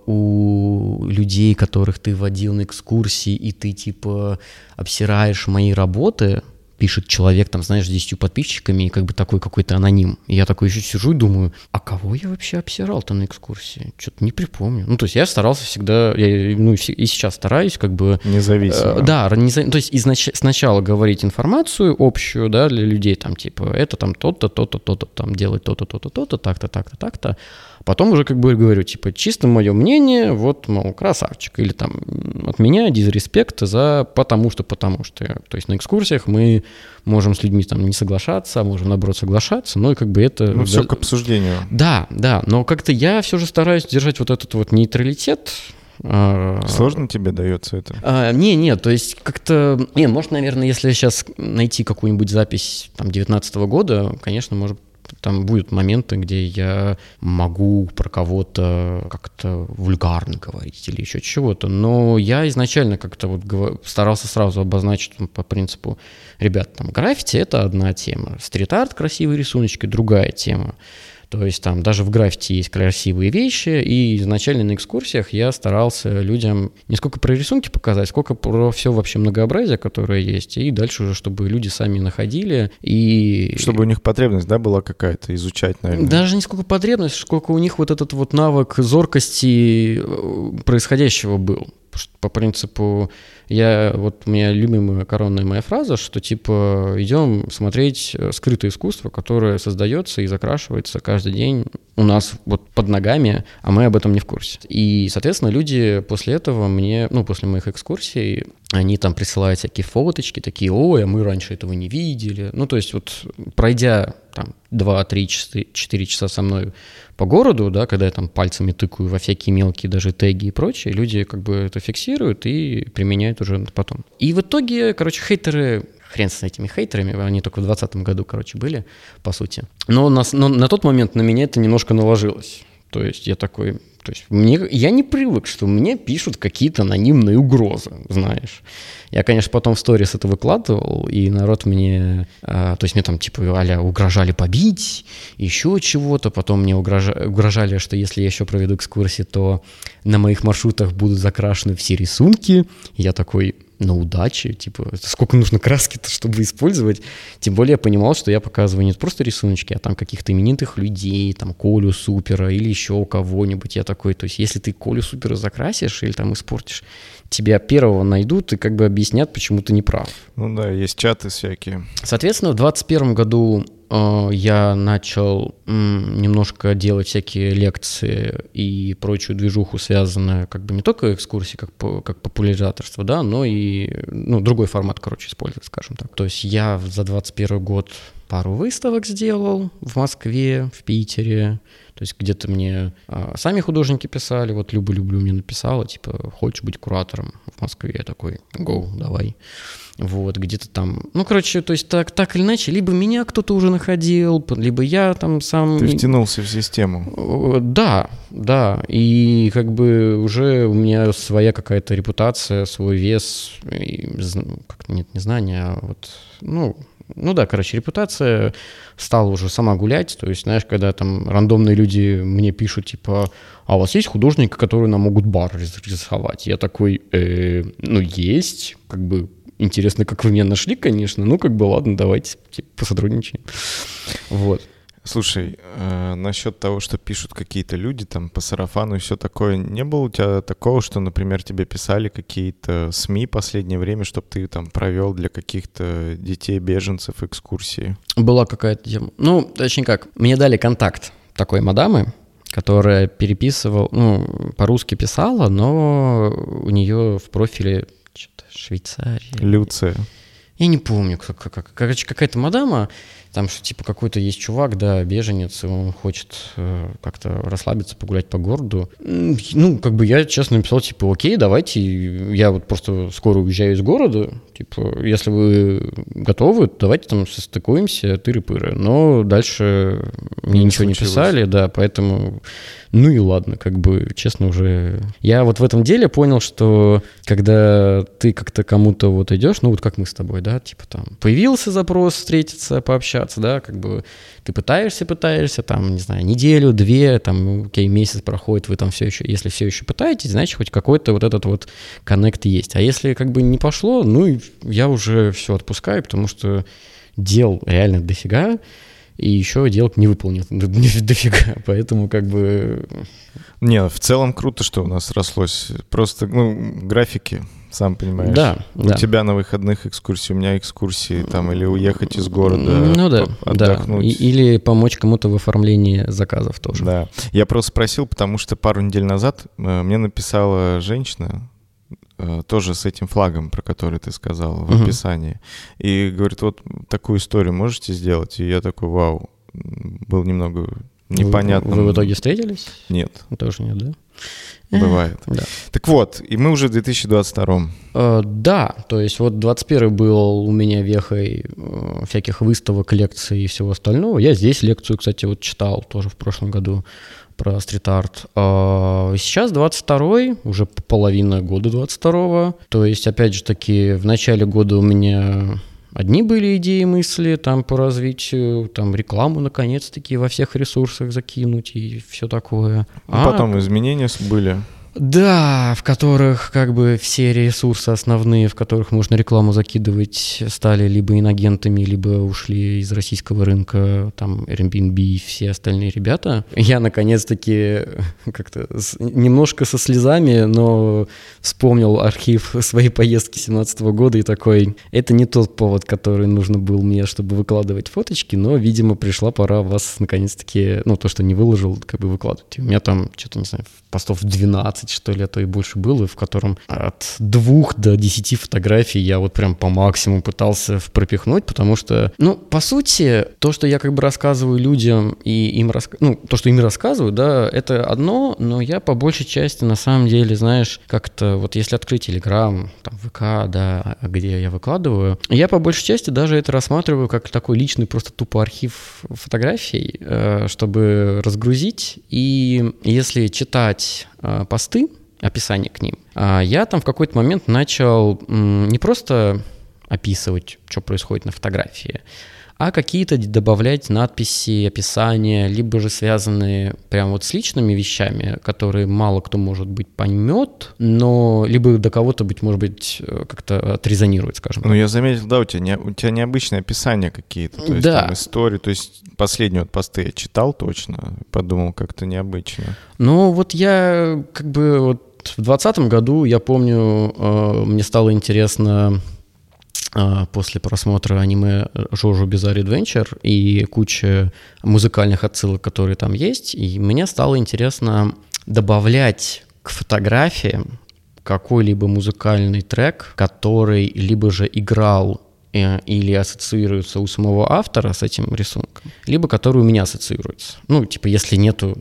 у людей, которых ты водил на экскурсии, и ты типа обсираешь мои работы. Пишет человек, там, знаешь, с 10 подписчиками, и как бы такой какой-то аноним. И я такой еще сижу и думаю, а кого я вообще обсирал там на экскурсии? Что-то не припомню. Ну, то есть я старался всегда, ну, и сейчас стараюсь как бы... Независимо. Да, то есть сначала говорить информацию общую, да, для людей, там, типа, это там то-то, то-то, то-то, там, делать то-то, то-то, то-то, так-то, так-то, так-то. Потом уже как бы говорю, типа, чисто мое мнение, вот, мол, красавчик. Или там от меня дизреспект за потому что. То есть на экскурсиях мы можем с людьми там не соглашаться, а можем, наоборот, соглашаться, но и как бы это... Ну, все к обсуждению. Да, но как-то я все же стараюсь держать вот этот вот нейтралитет. Сложно тебе дается это? Не, то есть как-то... Не, может, наверное, если сейчас найти какую-нибудь запись там 19-го года, конечно, может, там будут моменты, где я могу про кого-то как-то вульгарно говорить или еще чего-то, но я изначально как-то вот старался сразу обозначить по принципу, ребят, там граффити — это одна тема, стрит-арт, красивые рисуночки — другая тема. То есть там даже в граффити есть красивые вещи, и изначально на экскурсиях я старался людям не сколько про рисунки показать, сколько про все вообще многообразие, которое есть, и дальше уже, чтобы люди сами находили. И... Чтобы у них потребность, да, была какая-то, изучать, наверное. Даже не сколько потребность, сколько у них вот этот вот навык зоркости происходящего был. По принципу, у меня любимая коронная моя фраза, что типа идем смотреть скрытое искусство, которое создается и закрашивается каждый день у нас вот под ногами, а мы об этом не в курсе. И, соответственно, люди после этого после моих экскурсий, они там присылают всякие фоточки, такие, ой, а мы раньше этого не видели. Ну, то есть вот пройдя там 2, 3, 4 часа со мной по городу, да, когда я там пальцами тыкаю во всякие мелкие даже теги и прочее, люди как бы это фиксируют и применяют уже потом. И в итоге, короче, хейтеры, хрен с этими хейтерами, они только в 2020 году, короче, были, по сути. Но на тот момент на меня это немножко наложилось. То есть я такой... То есть я не привык, что мне пишут какие-то анонимные угрозы, знаешь. Я, конечно, потом в сторис это выкладывал, и народ мне... то есть мне там типа а-ля угрожали побить, еще чего-то. Потом мне угрожали, что если я еще проведу экскурсии, то на моих маршрутах будут закрашены все рисунки. И я такой... на удачи, типа, сколько нужно краски-то, чтобы использовать. Тем более я понимал, что я показываю не просто рисуночки, а там каких-то именитых людей, там Колю Супера или еще кого-нибудь. Я такой, то есть если ты Колю Супера закрасишь или там испортишь, тебя первого найдут и как бы объяснят, почему ты не прав. Ну да, есть чаты всякие. Соответственно, в 2021 году я начал немножко делать всякие лекции и прочую движуху, связанную как бы не только экскурсии, как популяризаторство, да, но и другой формат, короче, использовать, скажем так. То есть я за 2021 год пару выставок сделал в Москве, в Питере. То есть где-то мне сами художники писали, вот Люба мне написала, типа, хочешь быть куратором в Москве? Я такой, go, давай. Вот, где-то там, то есть так или иначе, либо меня кто-то уже находил, либо я там сам... Ты втянулся в систему. Да, и как бы уже у меня своя какая-то репутация, свой вес, как-то нет, не знание, а вот, Ну да, короче, репутация стала уже сама гулять. То есть, знаешь, когда там рандомные люди мне пишут, типа, а у вас есть художники, которые нам могут бар рисовать? Я такой, ну, есть, как бы, интересно, как вы меня нашли, конечно. Ну, как бы, ладно, давайте типа, посотрудничаем. Вот. Слушай, насчет того, что пишут какие-то люди там по сарафану и все такое, не было у тебя такого, что, например, тебе писали какие-то СМИ последнее время, чтобы ты там провел для каких-то детей-беженцев экскурсии? Была какая-то тема. Ну, точнее как, мне дали контакт такой мадамы, которая переписывала, ну, по-русски писала, но у нее в профиле что-то Швейцария. Люция. Я не помню, короче, какая-то мадама, там, что типа какой-то есть чувак, да, беженец, и он хочет как-то расслабиться, погулять по городу. Ну, как бы я честно написал, типа, окей, давайте, я вот просто скоро уезжаю из города, типа, если вы готовы, давайте там состыкуемся, тыры-пыры. Но дальше мне ничего не писали, да, поэтому, ну и ладно, как бы, честно, уже... Я вот в этом деле понял, что когда ты как-то кому-то вот идешь, ну вот как мы с тобой, да, типа там, появился запрос встретиться, пообщаться, да, как бы ты пытаешься, там, не знаю, неделю, две, там, окей, месяц проходит, вы там все еще, если все еще пытаетесь, значит, хоть какой-то вот этот вот коннект есть. А если как бы не пошло, ну, я уже все отпускаю, потому что дел реально дофига, и еще дел не выполнил дофига, поэтому как бы... Не, в целом круто, что у нас срослось. Просто, ну, графики, сам понимаешь. Да, у тебя на выходных экскурсии, у меня экскурсии, там, или уехать из города, ну, да, отдохнуть. Да. Или помочь кому-то в оформлении заказов тоже. Да, я просто спросил, потому что пару недель назад мне написала женщина, тоже с этим флагом, про который ты сказал в описании, и говорит, вот такую историю можете сделать? И я такой, вау, был немного непонятно. Вы в итоге встретились? Нет. Тоже нет, да? Бывает. Да. Так вот, и мы уже в 2022-м. Да, то есть вот 21-й был у меня вехой всяких выставок, лекций и всего остального. Я здесь лекцию, кстати, вот читал тоже в прошлом году про стрит-арт. Сейчас 22-й, уже половина года 22-го. То есть, опять же таки, в начале года у меня... Одни были идеи, мысли там по развитию, там рекламу наконец-таки во всех ресурсах закинуть и все такое. Потом изменения были. Да, в которых как бы все ресурсы основные, в которых можно рекламу закидывать, стали либо инагентами, либо ушли из российского рынка, там Airbnb и все остальные ребята. Я наконец-таки как-то немножко со слезами, но вспомнил архив своей поездки 2017 года и такой, это не тот повод, который нужно был мне, чтобы выкладывать фоточки, но, видимо, пришла пора вас наконец-таки, ну, то, что не выложил, как бы выкладывать. У меня там что-то, не знаю, постов 12, что ли, а то и больше было, в котором от 2 до 10 фотографий я вот прям по максимуму пытался пропихнуть, потому что, ну, по сути, то, что я как бы рассказываю людям и им то, что им рассказываю, да, это одно, но я по большей части на самом деле, знаешь, как-то вот если открыть Telegram, там, ВК, да, где я выкладываю, я по большей части даже это рассматриваю как такой личный просто тупо архив фотографий, чтобы разгрузить, и если читать посты, описание к ним, я там в какой-то момент начал не просто описывать, что происходит на фотографии, а какие-то добавлять надписи, описания, либо же связанные прям вот с личными вещами, которые мало кто, может быть, поймет, но либо до кого-то, может быть, как-то отрезонирует, скажем так. Ну, я заметил, да, у тебя необычные описания какие-то, то есть да. Там истории, то есть последние вот посты я читал точно, подумал, как-то необычно. Ну, вот я как бы вот в 2020 году, я помню, мне стало интересно после просмотра аниме Jojo Bizarre Adventure и куча музыкальных отсылок, которые там есть, и мне стало интересно добавлять к фотографиям какой-либо музыкальный трек, который либо же играл или ассоциируется у самого автора с этим рисунком, либо который у меня ассоциируется. Ну, типа, если нету, то есть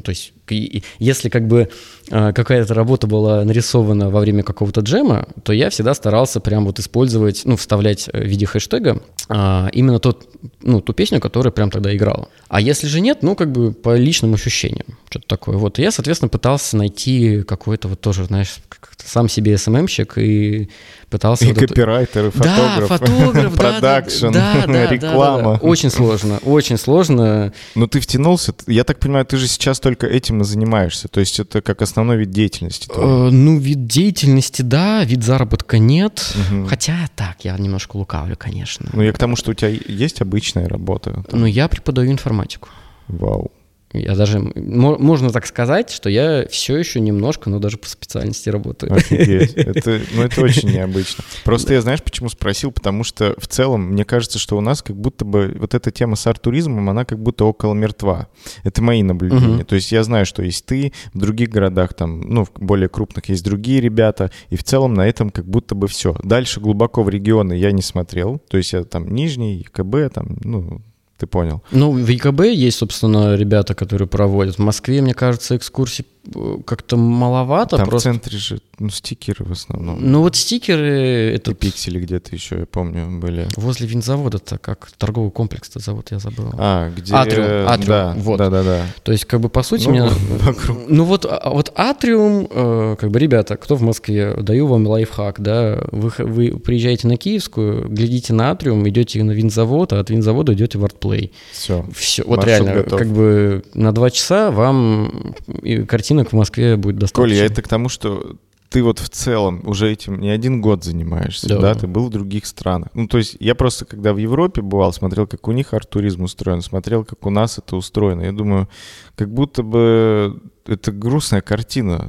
если как бы какая-то работа была нарисована во время какого-то джема, то я всегда старался прям вот использовать, ну, вставлять в виде хэштега именно ту песню, которая прям тогда играла. А если же нет, ну, как бы по личным ощущениям, что-то такое. Вот, и я, соответственно, пытался найти какой-то вот тоже, знаешь, сам себе СММщик и пытался... И вот копирайтер, и фотограф. Да, фотограф, продакшн, реклама. Да. Очень сложно, очень сложно. Но ты втянулся, я так понимаю, ты же сейчас только этим и занимаешься, то есть это как основной вид деятельности? Ну, вид деятельности, да, вид заработка нет, хотя так, я немножко лукавлю, конечно. Ну, я к тому, что у тебя есть обычная работа. Ну, я преподаю информатику. Вау. Я даже, можно так сказать, что я все еще немножко, но даже по специальности работаю. Офигеть. Это очень необычно. Просто я, знаешь, почему спросил? Потому что в целом, мне кажется, что у нас как будто бы вот эта тема с арт-туризмом, она как будто около мертва. Это мои наблюдения. То есть я знаю, что есть ты, в других городах, там, ну, в более крупных есть другие ребята, и в целом на этом как будто бы все. Дальше глубоко в регионы я не смотрел. То есть я там Нижний, ЕКБ, там, ну... Ты понял. Ну, в ЕКБ есть, собственно, ребята, которые проводят. В Москве, мне кажется, экскурсий как-то маловато. Там просто... в центре же, ну, стикеры в основном. Ну, вот стикеры... И пиксели где-то еще, я помню, были. Возле винзавода-то, как торговый комплекс-то зовут, я забыл. Где... Атриум. Да, вот. Да. То есть, как бы, по сути, вокруг. Ну, вот Атриум, как бы, ребята, кто в Москве, даю вам лайфхак, да, вы приезжаете на Киевскую, глядите на Атриум, идете на винзавод, а от винзавода идете в Артплей. Все. Вот реально, готов. Как бы, на 2 часа вам картинок в Москве будет достаточно. Коля, это к тому, что ты вот в целом уже этим не 1 год занимаешься, да, ты был в других странах. Ну, то есть я просто, когда в Европе бывал, смотрел, как у них арт-туризм устроен, смотрел, как у нас это устроено. Я думаю, как будто бы это грустная картина.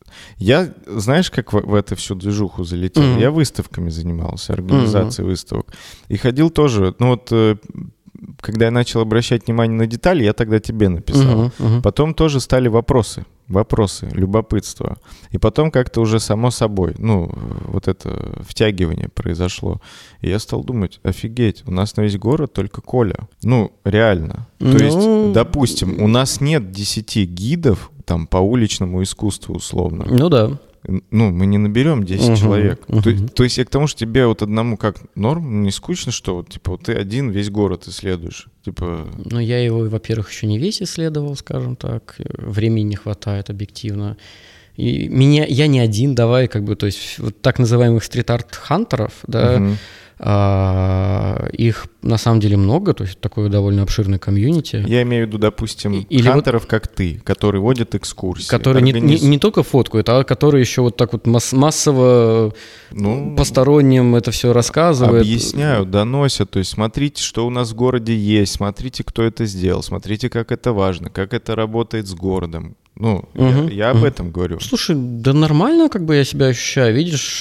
Я, знаешь, как в эту всю движуху залетел? Я выставками занимался, организацией выставок. И ходил тоже, ну вот... Когда я начал обращать внимание на детали, я тогда тебе написал. Потом тоже стали вопросы, любопытство. И потом как-то уже само собой, ну, вот это втягивание произошло. И я стал думать, офигеть, у нас на весь город только Коля. Ну, реально. То есть, допустим, у нас нет 10 гидов там по уличному искусству условно. Ну да. Ну, мы не наберем 10 человек. То есть я к тому, что тебе вот одному как норм, не скучно, что вот, типа, вот ты один весь город исследуешь? Типа... Ну, я его, во-первых, еще не весь исследовал, скажем так. Времени не хватает объективно. И я не один, давай, как бы, то есть вот так называемых стрит-арт-хантеров, да, их на самом деле много, то есть такое довольно обширное комьюнити. Я имею в виду, допустим, хантеров, как ты, которые водят экскурсии. Которые не только фоткают, а которые еще вот так вот массово посторонним это все рассказывают. Объясняют, доносят, то есть смотрите, что у нас в городе есть, смотрите, кто это сделал, смотрите, как это важно, как это работает с городом. Ну, я об этом говорю. Слушай, да нормально, как бы я себя ощущаю. Видишь,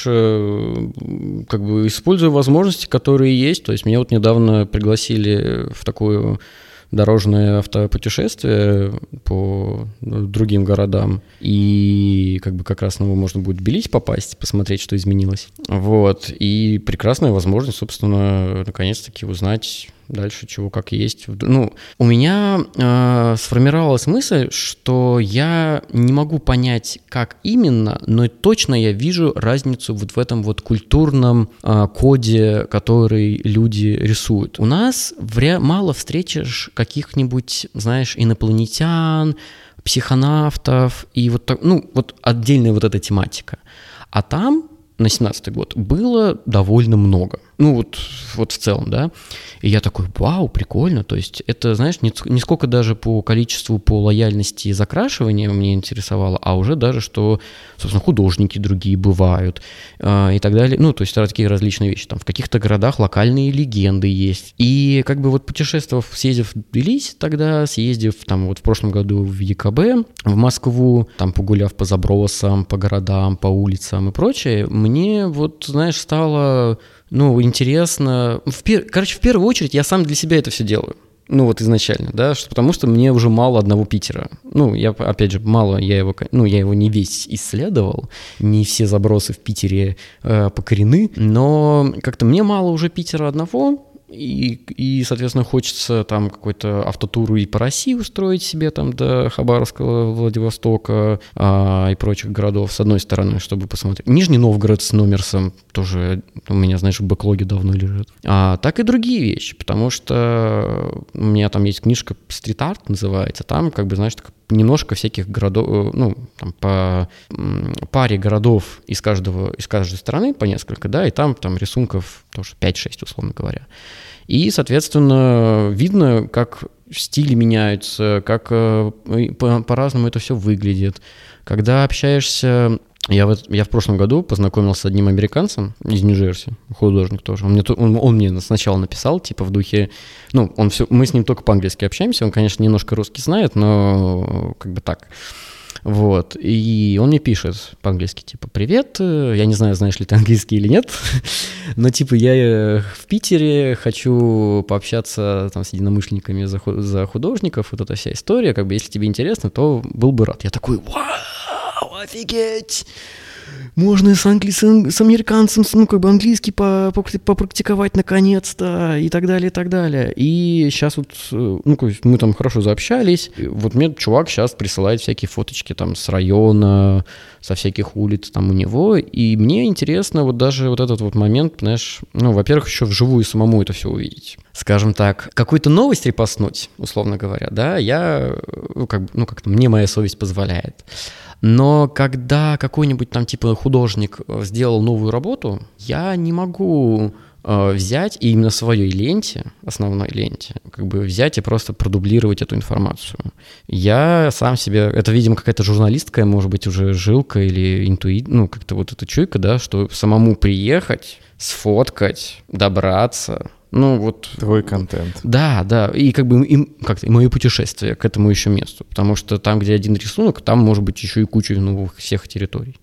как бы использую возможности, которые есть. То есть меня вот недавно пригласили в такое дорожное автопутешествие по другим городам. И как раз на него можно будет в Тбилиси попасть, посмотреть, что изменилось. Вот. И прекрасная возможность, собственно, наконец-таки узнать дальше, чего как есть. Ну, у меня сформировалась мысль, что я не могу понять, как именно, но точно я вижу разницу вот в этом вот культурном коде, который люди рисуют. У нас мало встретишь каких-нибудь, знаешь, инопланетян, психонавтов и вот так, ну, вот отдельная вот эта тематика. А там на 17-й год было довольно много. Ну, вот в целом, да. И я такой, вау, прикольно. То есть это, знаешь, не сколько даже по количеству, по лояльности и закрашиванию меня интересовало, а уже даже, что, собственно, художники другие бывают и так далее. Ну, то есть такие различные вещи. Там в каких-то городах локальные легенды есть. И как бы вот путешествовав, съездив в Тбилиси тогда, съездив там вот в прошлом году в ЕКБ, в Москву, там погуляв по забросам, по городам, по улицам и прочее, мне вот, знаешь, стало... Ну, интересно. В первую очередь я сам для себя это все делаю. Ну, вот изначально, да, потому что мне уже мало одного Питера. Ну, опять же, я его не весь исследовал, не все забросы в Питере покорены, но как-то мне мало уже Питера одного, и, соответственно, хочется там какой-то автотур и по России устроить себе там до Хабаровска, Владивостока и прочих городов, с одной стороны, чтобы посмотреть. Нижний Новгород с Номерсом тоже у меня, знаешь, в бэклоге давно лежит. Так и другие вещи, потому что у меня там есть книжка «Стрит-арт» называется, там, как бы, знаешь, немножко всяких городов, ну, там по паре городов из каждой страны, по несколько, да, и там рисунков тоже 5-6, условно говоря. И, соответственно, видно, как стили меняются, как по-разному это все выглядит. Когда общаешься... Я в прошлом году познакомился с одним американцем из Нью-Джерси, художник тоже. Он мне сначала написал, типа в духе... Ну, мы с ним только по-английски общаемся, он, конечно, немножко русский знает, но как бы так. Вот, и он мне пишет по-английски, типа, привет, я не знаю, знаешь ли ты английский или нет, но, типа, я в Питере, хочу пообщаться там с единомышленниками за художников, вот эта вся история, как бы, если тебе интересно, то был бы рад. Я такой, вау, офигеть! Можно с американцем, ну, как бы английский попрактиковать наконец-то, и так далее, и так далее. И сейчас вот, ну, мы там хорошо заобщались, вот мне чувак сейчас присылает всякие фоточки там с района, со всяких улиц там у него, и мне интересно вот даже вот этот вот момент, знаешь, ну, во-первых, еще вживую самому это все увидеть. Скажем так, какую-то новость репостнуть, условно говоря, да, как-то мне моя совесть позволяет. Но когда какой-нибудь там типа художник сделал новую работу, я не могу взять и именно в своей ленте, основной ленте, как бы взять и просто продублировать эту информацию. Я сам себе, это, видимо, какая-то журналистская, может быть, уже жилка или ну, как-то вот эта чуйка, да, что самому приехать, сфоткать, добраться. Ну, вот... Твой контент. Да, и как бы и мое путешествие к этому еще месту, потому что там, где один рисунок, там может быть еще и куча новых всех территорий.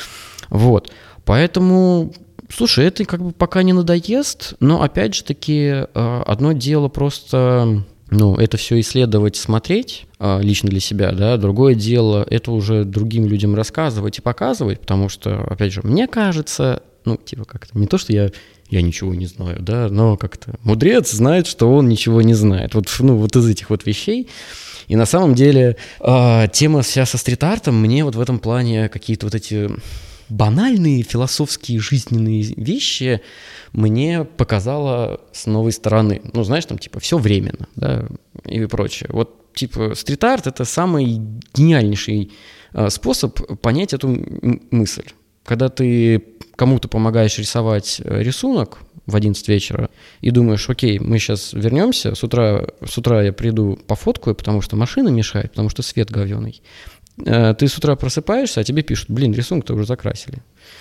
Вот, поэтому, слушай, это как бы пока не надоест, но опять же таки одно дело просто... Ну, это все исследовать, смотреть лично для себя, да, другое дело это уже другим людям рассказывать и показывать, потому что, опять же, мне кажется, ну, типа как-то не то, что я ничего не знаю, да, но как-то мудрец знает, что он ничего не знает. Вот, ну, вот из этих вот вещей. И на самом деле тема вся со стрит-артом мне вот в этом плане какие-то вот эти банальные философские жизненные вещи мне показала с новой стороны. Ну, знаешь, там типа все временно, да, и прочее. Вот типа стрит-арт — это самый гениальнейший способ понять эту мысль. Когда ты кому-то помогаешь рисовать рисунок в 11 вечера и думаешь, окей, мы сейчас вернемся, с утра я приду пофоткаю, потому что машина мешает, потому что свет говёный. Ты с утра просыпаешься, а тебе пишут, блин, рисунок-то уже закрасили.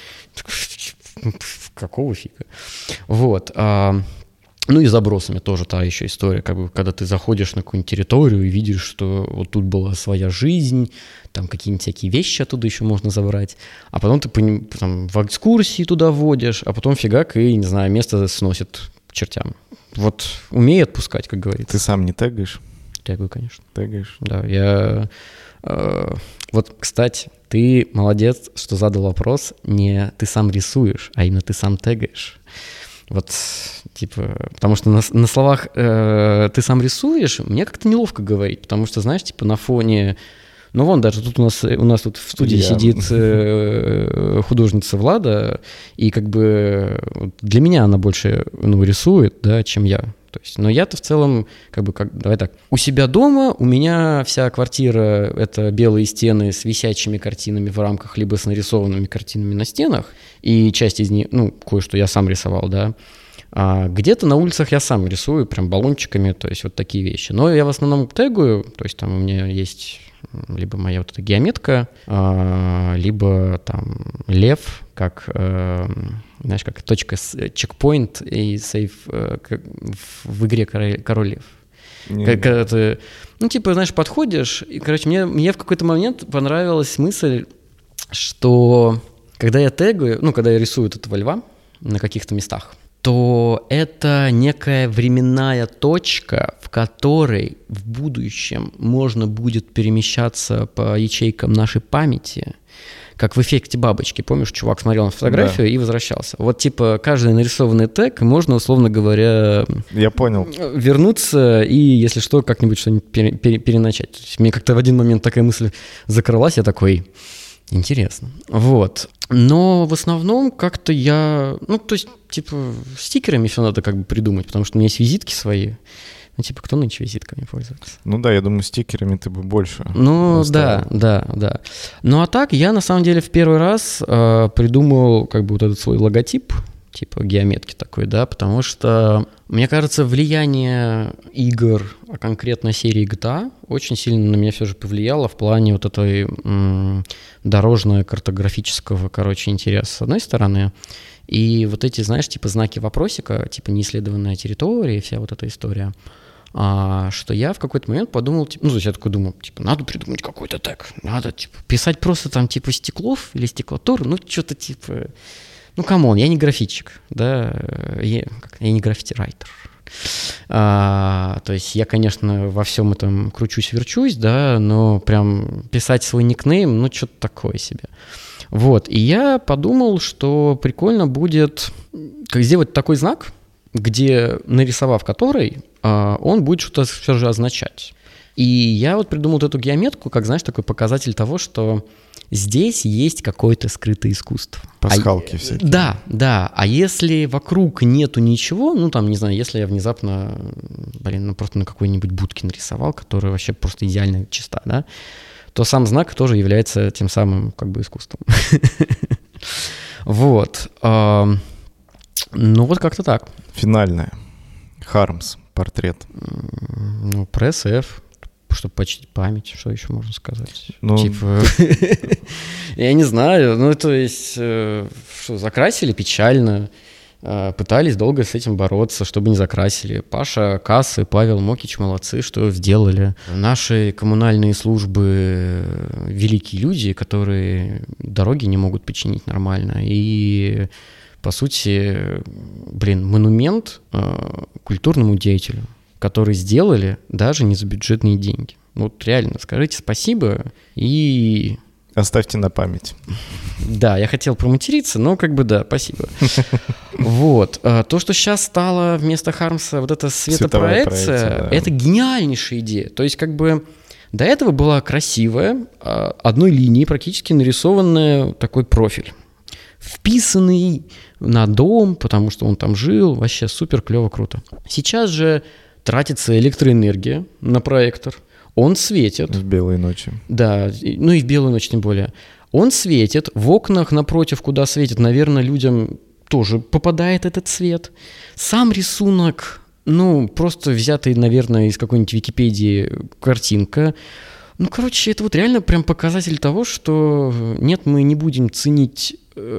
Какого фига? Вот. Ну и с забросами тоже та еще история, как бы, когда ты заходишь на какую-нибудь территорию и видишь, что вот тут была своя жизнь, там какие-нибудь всякие вещи оттуда еще можно забрать, а потом ты там, в экскурсии туда водишь, а потом фигак и, не знаю, место сносит к чертям. Вот умей отпускать, как говорится. Ты сам не тегаешь? Тегаю, конечно. Тегаешь? Да, я... Вот, кстати, ты молодец, что задал вопрос, не ты сам рисуешь, а именно ты сам тегаешь. Вот, типа, потому что на словах ты сам рисуешь, мне как-то неловко говорить, потому что, знаешь, типа на фоне... Ну, вон, даже тут у нас тут в студии сидит художница Влада, и как бы для меня она больше, ну, рисует, да, чем я. То есть, но я-то в целом, давай так, у себя дома у меня вся квартира — это белые стены с висячими картинами в рамках, либо с нарисованными картинами на стенах, и часть из них, ну, кое-что я сам рисовал, да. А где-то на улицах я сам рисую, прям баллончиками, то есть вот такие вещи. Но я в основном тегую, то есть там у меня есть либо моя вот эта геометка, либо там лев, как, знаешь, как точка чекпоинт и сейф в игре «Король лев». Когда ты, ну, типа, знаешь, подходишь, и, короче, мне в какой-то момент понравилась мысль, что когда я тегаю, ну, когда я рисую этого льва на каких-то местах, то это некая временная точка, в которой в будущем можно будет перемещаться по ячейкам нашей памяти, как в «Эффекте бабочки». Помнишь, чувак смотрел на фотографию и возвращался. Вот типа каждый нарисованный тег можно, условно говоря, Я понял. вернуться и, если что, как-нибудь что-нибудь переначать. То есть мне как-то в один момент такая мысль закрылась, я такой, интересно. Вот. Но в основном как-то я, ну, то есть, типа, стикерами все надо как бы придумать, потому что у меня есть визитки свои. Ну, типа, кто нынче визитками пользуется? Ну да, я думаю, стикерами ты бы больше. Ну, оставил. да. Ну, а так, я на самом деле в первый раз придумал как бы вот этот свой логотип, типа геометки такой, да, потому что, мне кажется, влияние игр, а конкретно серии GTA, очень сильно на меня все же повлияло в плане вот этой дорожно-картографического, короче, интереса, с одной стороны. И вот эти, знаешь, типа знаки вопросика, типа неисследованная территория, вся вот эта история, что я в какой-то момент подумал, типа, ну, то есть я такой думал, типа, надо придумать какой-то тег, надо, типа, писать просто там, типа, Стеклов или Стеклотур, ну, что-то, типа, ну, камон, я не графитчик, да, я не граффити-райтер. То есть я, конечно, во всем этом кручусь-верчусь, да, но прям писать свой никнейм, ну, что-то такое себе. Вот, и я подумал, что прикольно будет сделать такой знак, где, нарисовав который, он будет что-то все же означать. И я вот придумал вот эту геометку, как, знаешь, такой показатель того, что здесь есть какое-то скрытое искусство. Пасхалки всякие. Да. А если вокруг нету ничего, ну, там, не знаю, если я внезапно, просто на какой-нибудь будке нарисовал, которая вообще просто идеально чиста, да, то сам знак тоже является тем самым как бы искусством. Вот. Ну, вот как-то так. Финальное. Хармс. Портрет. Ну, пресс F, чтобы почтить память. Что еще можно сказать? Ну... Типа... Я не знаю. Ну, то есть, что, закрасили печально. Пытались долго с этим бороться, чтобы не закрасили. Паша Касс и Павел Мокич молодцы, что сделали. Наши коммунальные службы великие люди, которые дороги не могут починить нормально. И, по сути, монумент культурному деятелю, который сделали даже не за бюджетные деньги. Вот реально, скажите спасибо и... Оставьте на память. Да, я хотел проматериться, но как бы да, спасибо. Вот. То, что сейчас стало вместо Хармса вот эта светопроекция, это гениальнейшая идея. То есть как бы до этого была красивая, одной линией практически нарисованная такой профиль. Вписанный на дом, потому что он там жил, вообще супер клево, круто. Сейчас же тратится электроэнергия на проектор. Он светит. В белые ночи. Да, ну и в белую ночь тем более. Он светит, в окнах напротив, куда светит, наверное, людям тоже попадает этот свет. Сам рисунок, ну, просто взятый, наверное, из какой-нибудь Википедии картинка. Ну, короче, это вот реально прям показатель того, что нет, мы не будем ценить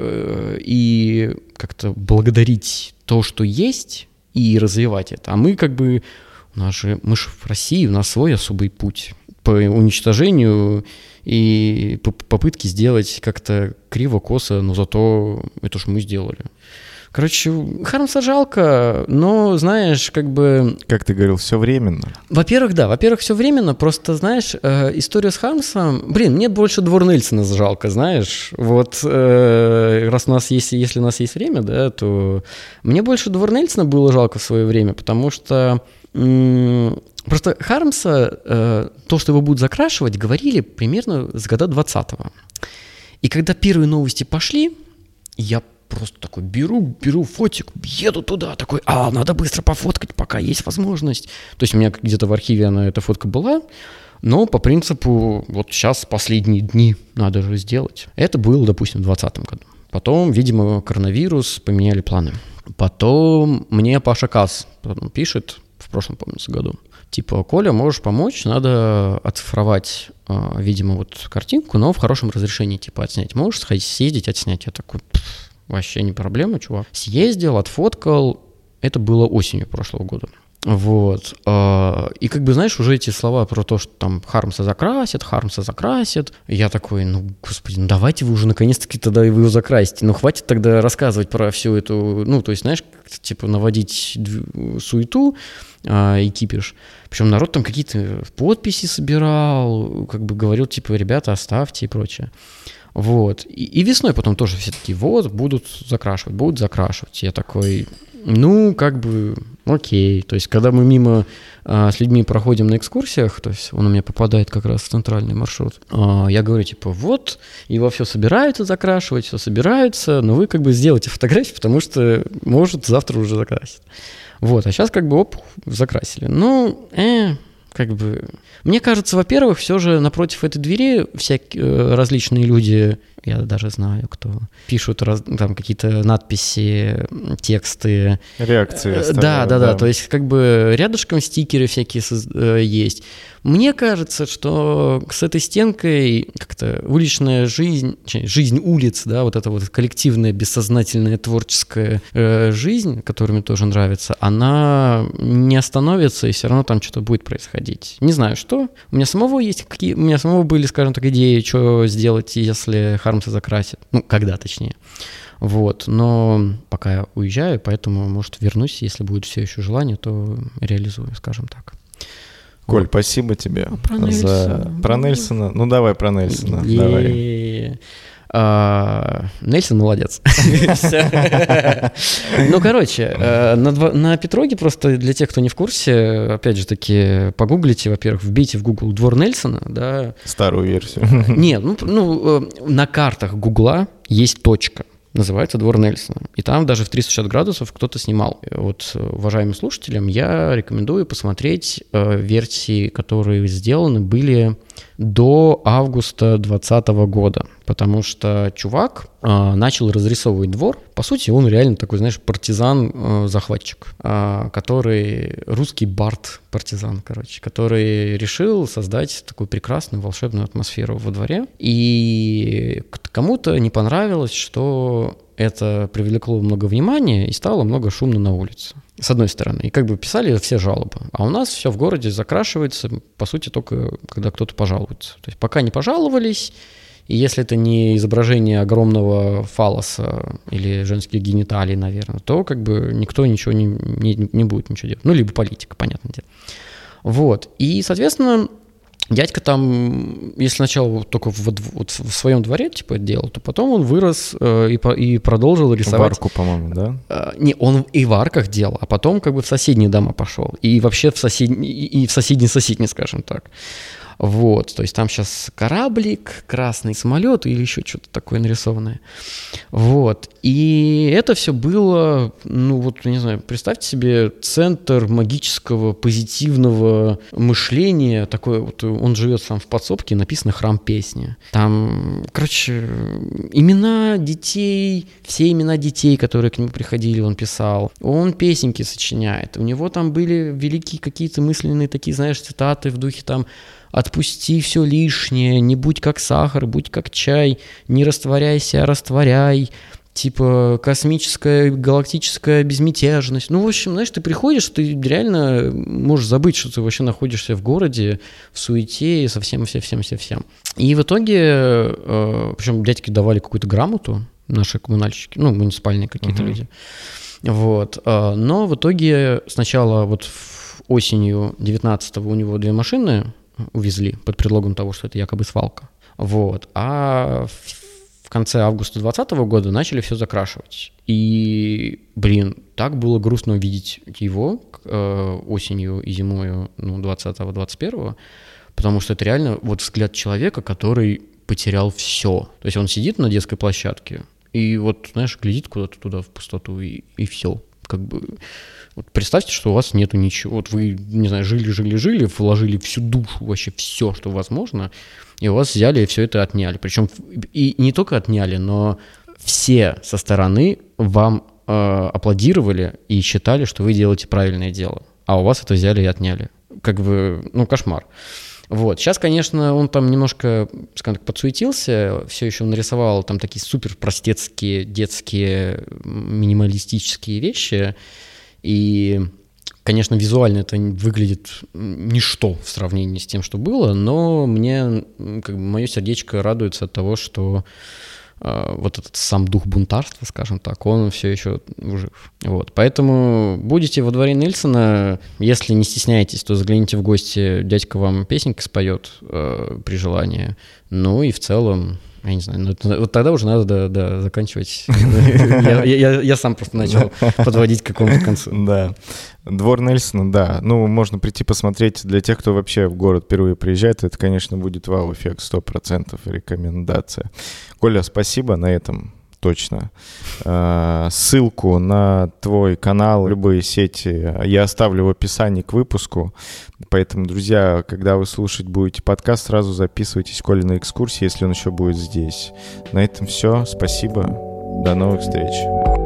и как-то благодарить то, что есть, и развивать это. А мы как бы... мы же в России, у нас свой особый путь по уничтожению и попытки сделать как-то криво-косо, но зато это ж мы сделали. Короче, Хармса жалко, но, знаешь, как бы... Как ты говорил, все временно. Во-первых, да, все временно, просто, знаешь, история с Хармсом... Мне больше Двор Нельсона жалко, знаешь. Вот раз у нас есть, если у нас есть время, да, то... Мне больше Двор Нельсона было жалко в свое время, потому что... Просто Хармса, то, что его будут закрашивать, говорили примерно с года 20-го. И когда первые новости пошли, я просто такой беру фотик, еду туда, такой, надо быстро пофоткать, пока есть возможность. То есть у меня где-то в архиве эта фотка была, но по принципу вот сейчас последние дни надо же сделать. Это было, допустим, в 2020 году. Потом, видимо, коронавирус, поменяли планы. Потом мне Паша Касс пишет, в прошлом, помнится, году. Типа, Коля, можешь помочь? Надо оцифровать, видимо, вот картинку, но в хорошем разрешении, типа, отснять. Можешь съездить, отснять? Я такой, вообще не проблема, чувак. Съездил, отфоткал. Это было осенью прошлого года. Вот. И как бы, знаешь, уже эти слова про то, что там Хармса закрасят. Я такой, господи, давайте вы уже наконец-таки тогда вы его закрасите. Хватит тогда рассказывать про всю эту, то есть, знаешь, типа наводить суету и кипиш. Причем народ там какие-то подписи собирал, как бы говорил, типа, ребята, оставьте и прочее. Вот. И весной потом тоже все такие, вот, будут закрашивать. Я такой, ну, как бы, окей. То есть, когда мы мимо с людьми проходим на экскурсиях, то есть он у меня попадает как раз в центральный маршрут, я говорю, типа, вот, его все собираются закрашивать, все собираются, но вы как бы сделайте фотографии, потому что, может, завтра уже закрасят. Вот, а сейчас как бы, оп, закрасили. Ну, как бы... Мне кажется, во-первых, все же напротив этой двери всякие различные люди, я даже знаю, кто, пишут там какие-то надписи, тексты. Реакции. Да. То есть как бы рядышком стикеры всякие есть. Мне кажется, что с этой стенкой как-то уличная жизнь улиц, да, вот эта вот коллективная, бессознательная, творческая жизнь, которая мне тоже нравится, она не остановится, и все равно там что-то будет происходить. Не знаю, что. У меня самого были, скажем так, идеи, что сделать, если Хармса закрасит. Ну, когда, точнее. Вот, но пока я уезжаю, поэтому, может, вернусь, если будет все еще желание, то реализую, скажем так. Коль, спасибо тебе про Нельсона. Про Нельсона. Ну, давай про Нельсона. Давай. Нельсон молодец. Ну, короче, на Петроге просто для тех, кто не в курсе, опять же таки, погуглите, во-первых, вбейте в Google двор Нельсона, да. Старую версию. Нет, на картах Гугла есть точка. Называется двор Нельсона. И там даже в 360 градусов кто-то снимал. Вот уважаемым слушателям я рекомендую посмотреть версии, которые сделаны были до августа 2020 года. Потому что чувак начал разрисовывать двор. По сути, он реально такой, знаешь, партизан-захватчик, который русский бард-партизан, короче, который решил создать такую прекрасную волшебную атмосферу во дворе. И кому-то не понравилось, что это привлекло много внимания и стало много шумно на улице. С одной стороны. И как бы писали все жалобы. А у нас все в городе закрашивается, по сути, только когда кто-то пожалуется. То есть пока не пожаловались, и если это не изображение огромного фаллоса или женских гениталий, наверное, то как бы никто ничего не будет ничего делать. Ну, либо политика, понятное дело. Вот. И, соответственно, дядька там, если сначала только в своем дворе типа это делал, то потом он вырос и продолжил рисовать. В арку, по-моему, да? Не, он и в арках делал, а потом как бы в соседние дома пошел. И вообще в соседний, скажем так. Вот, то есть там сейчас кораблик, красный самолет или еще что-то такое нарисованное. Вот, и это все было, ну вот, не знаю, представьте себе центр магического, позитивного мышления, такой вот, он живет сам в подсобке, написано «Храм песни». Там, короче, имена детей, все имена детей, которые к нему приходили, он писал. Он песенки сочиняет, у него там были великие какие-то мысленные такие, знаешь, цитаты в духе там «Отпусти все лишнее, не будь как сахар, будь как чай, не растворяйся, а растворяй», типа космическая, галактическая безмятежность. Ну, в общем, знаешь, ты приходишь, ты реально можешь забыть, что ты вообще находишься в городе, в суете, совсем. И в итоге, причем дядьки давали какую-то грамоту, наши коммунальщики, ну, муниципальные какие-то люди. Вот. Но в итоге сначала вот осенью 19-го у него 2 машины увезли под предлогом того, что это якобы свалка. Вот. А в конце августа 2020 года начали все закрашивать. И, так было грустно видеть его осенью и зимою 20-21, потому что это реально вот взгляд человека, который потерял все. То есть он сидит на детской площадке и вот, знаешь, глядит куда-то туда в пустоту и все. Как бы... Вот представьте, что у вас нету ничего. Вот вы, не знаю, жили, вложили всю душу, вообще все, что возможно, и у вас взяли и все это отняли. Причем и не только отняли, но все со стороны вам аплодировали и считали, что вы делаете правильное дело. А у вас это взяли и отняли. Как бы, кошмар. Вот. Сейчас, конечно, он там немножко, скажем так, подсуетился, все еще нарисовал там такие супер простецкие, детские, минималистические вещи. И, конечно, визуально это выглядит ничто в сравнении с тем, что было, но мне, как бы, мое сердечко радуется от того, что вот этот сам дух бунтарства, скажем так, он все еще жив. Вот. Поэтому будете во дворе Нельсона, если не стесняетесь, то загляните в гости, дядька вам песенки споет при желании. Ну и в целом Я не знаю, вот тогда уже надо заканчивать. Я сам просто начал подводить к какому-то концу. Да. Двор Нельсона, да. Ну, можно прийти посмотреть. Для тех, кто вообще в город впервые приезжает, это, конечно, будет вау-эффект 100%, рекомендация. Коля, спасибо на этом. Точно. Ссылку на твой канал, любые сети я оставлю в описании к выпуску. Поэтому, друзья, когда вы слушать будете подкаст, сразу записывайтесь к Коле на экскурсии, если он еще будет здесь. На этом все. Спасибо. До новых встреч.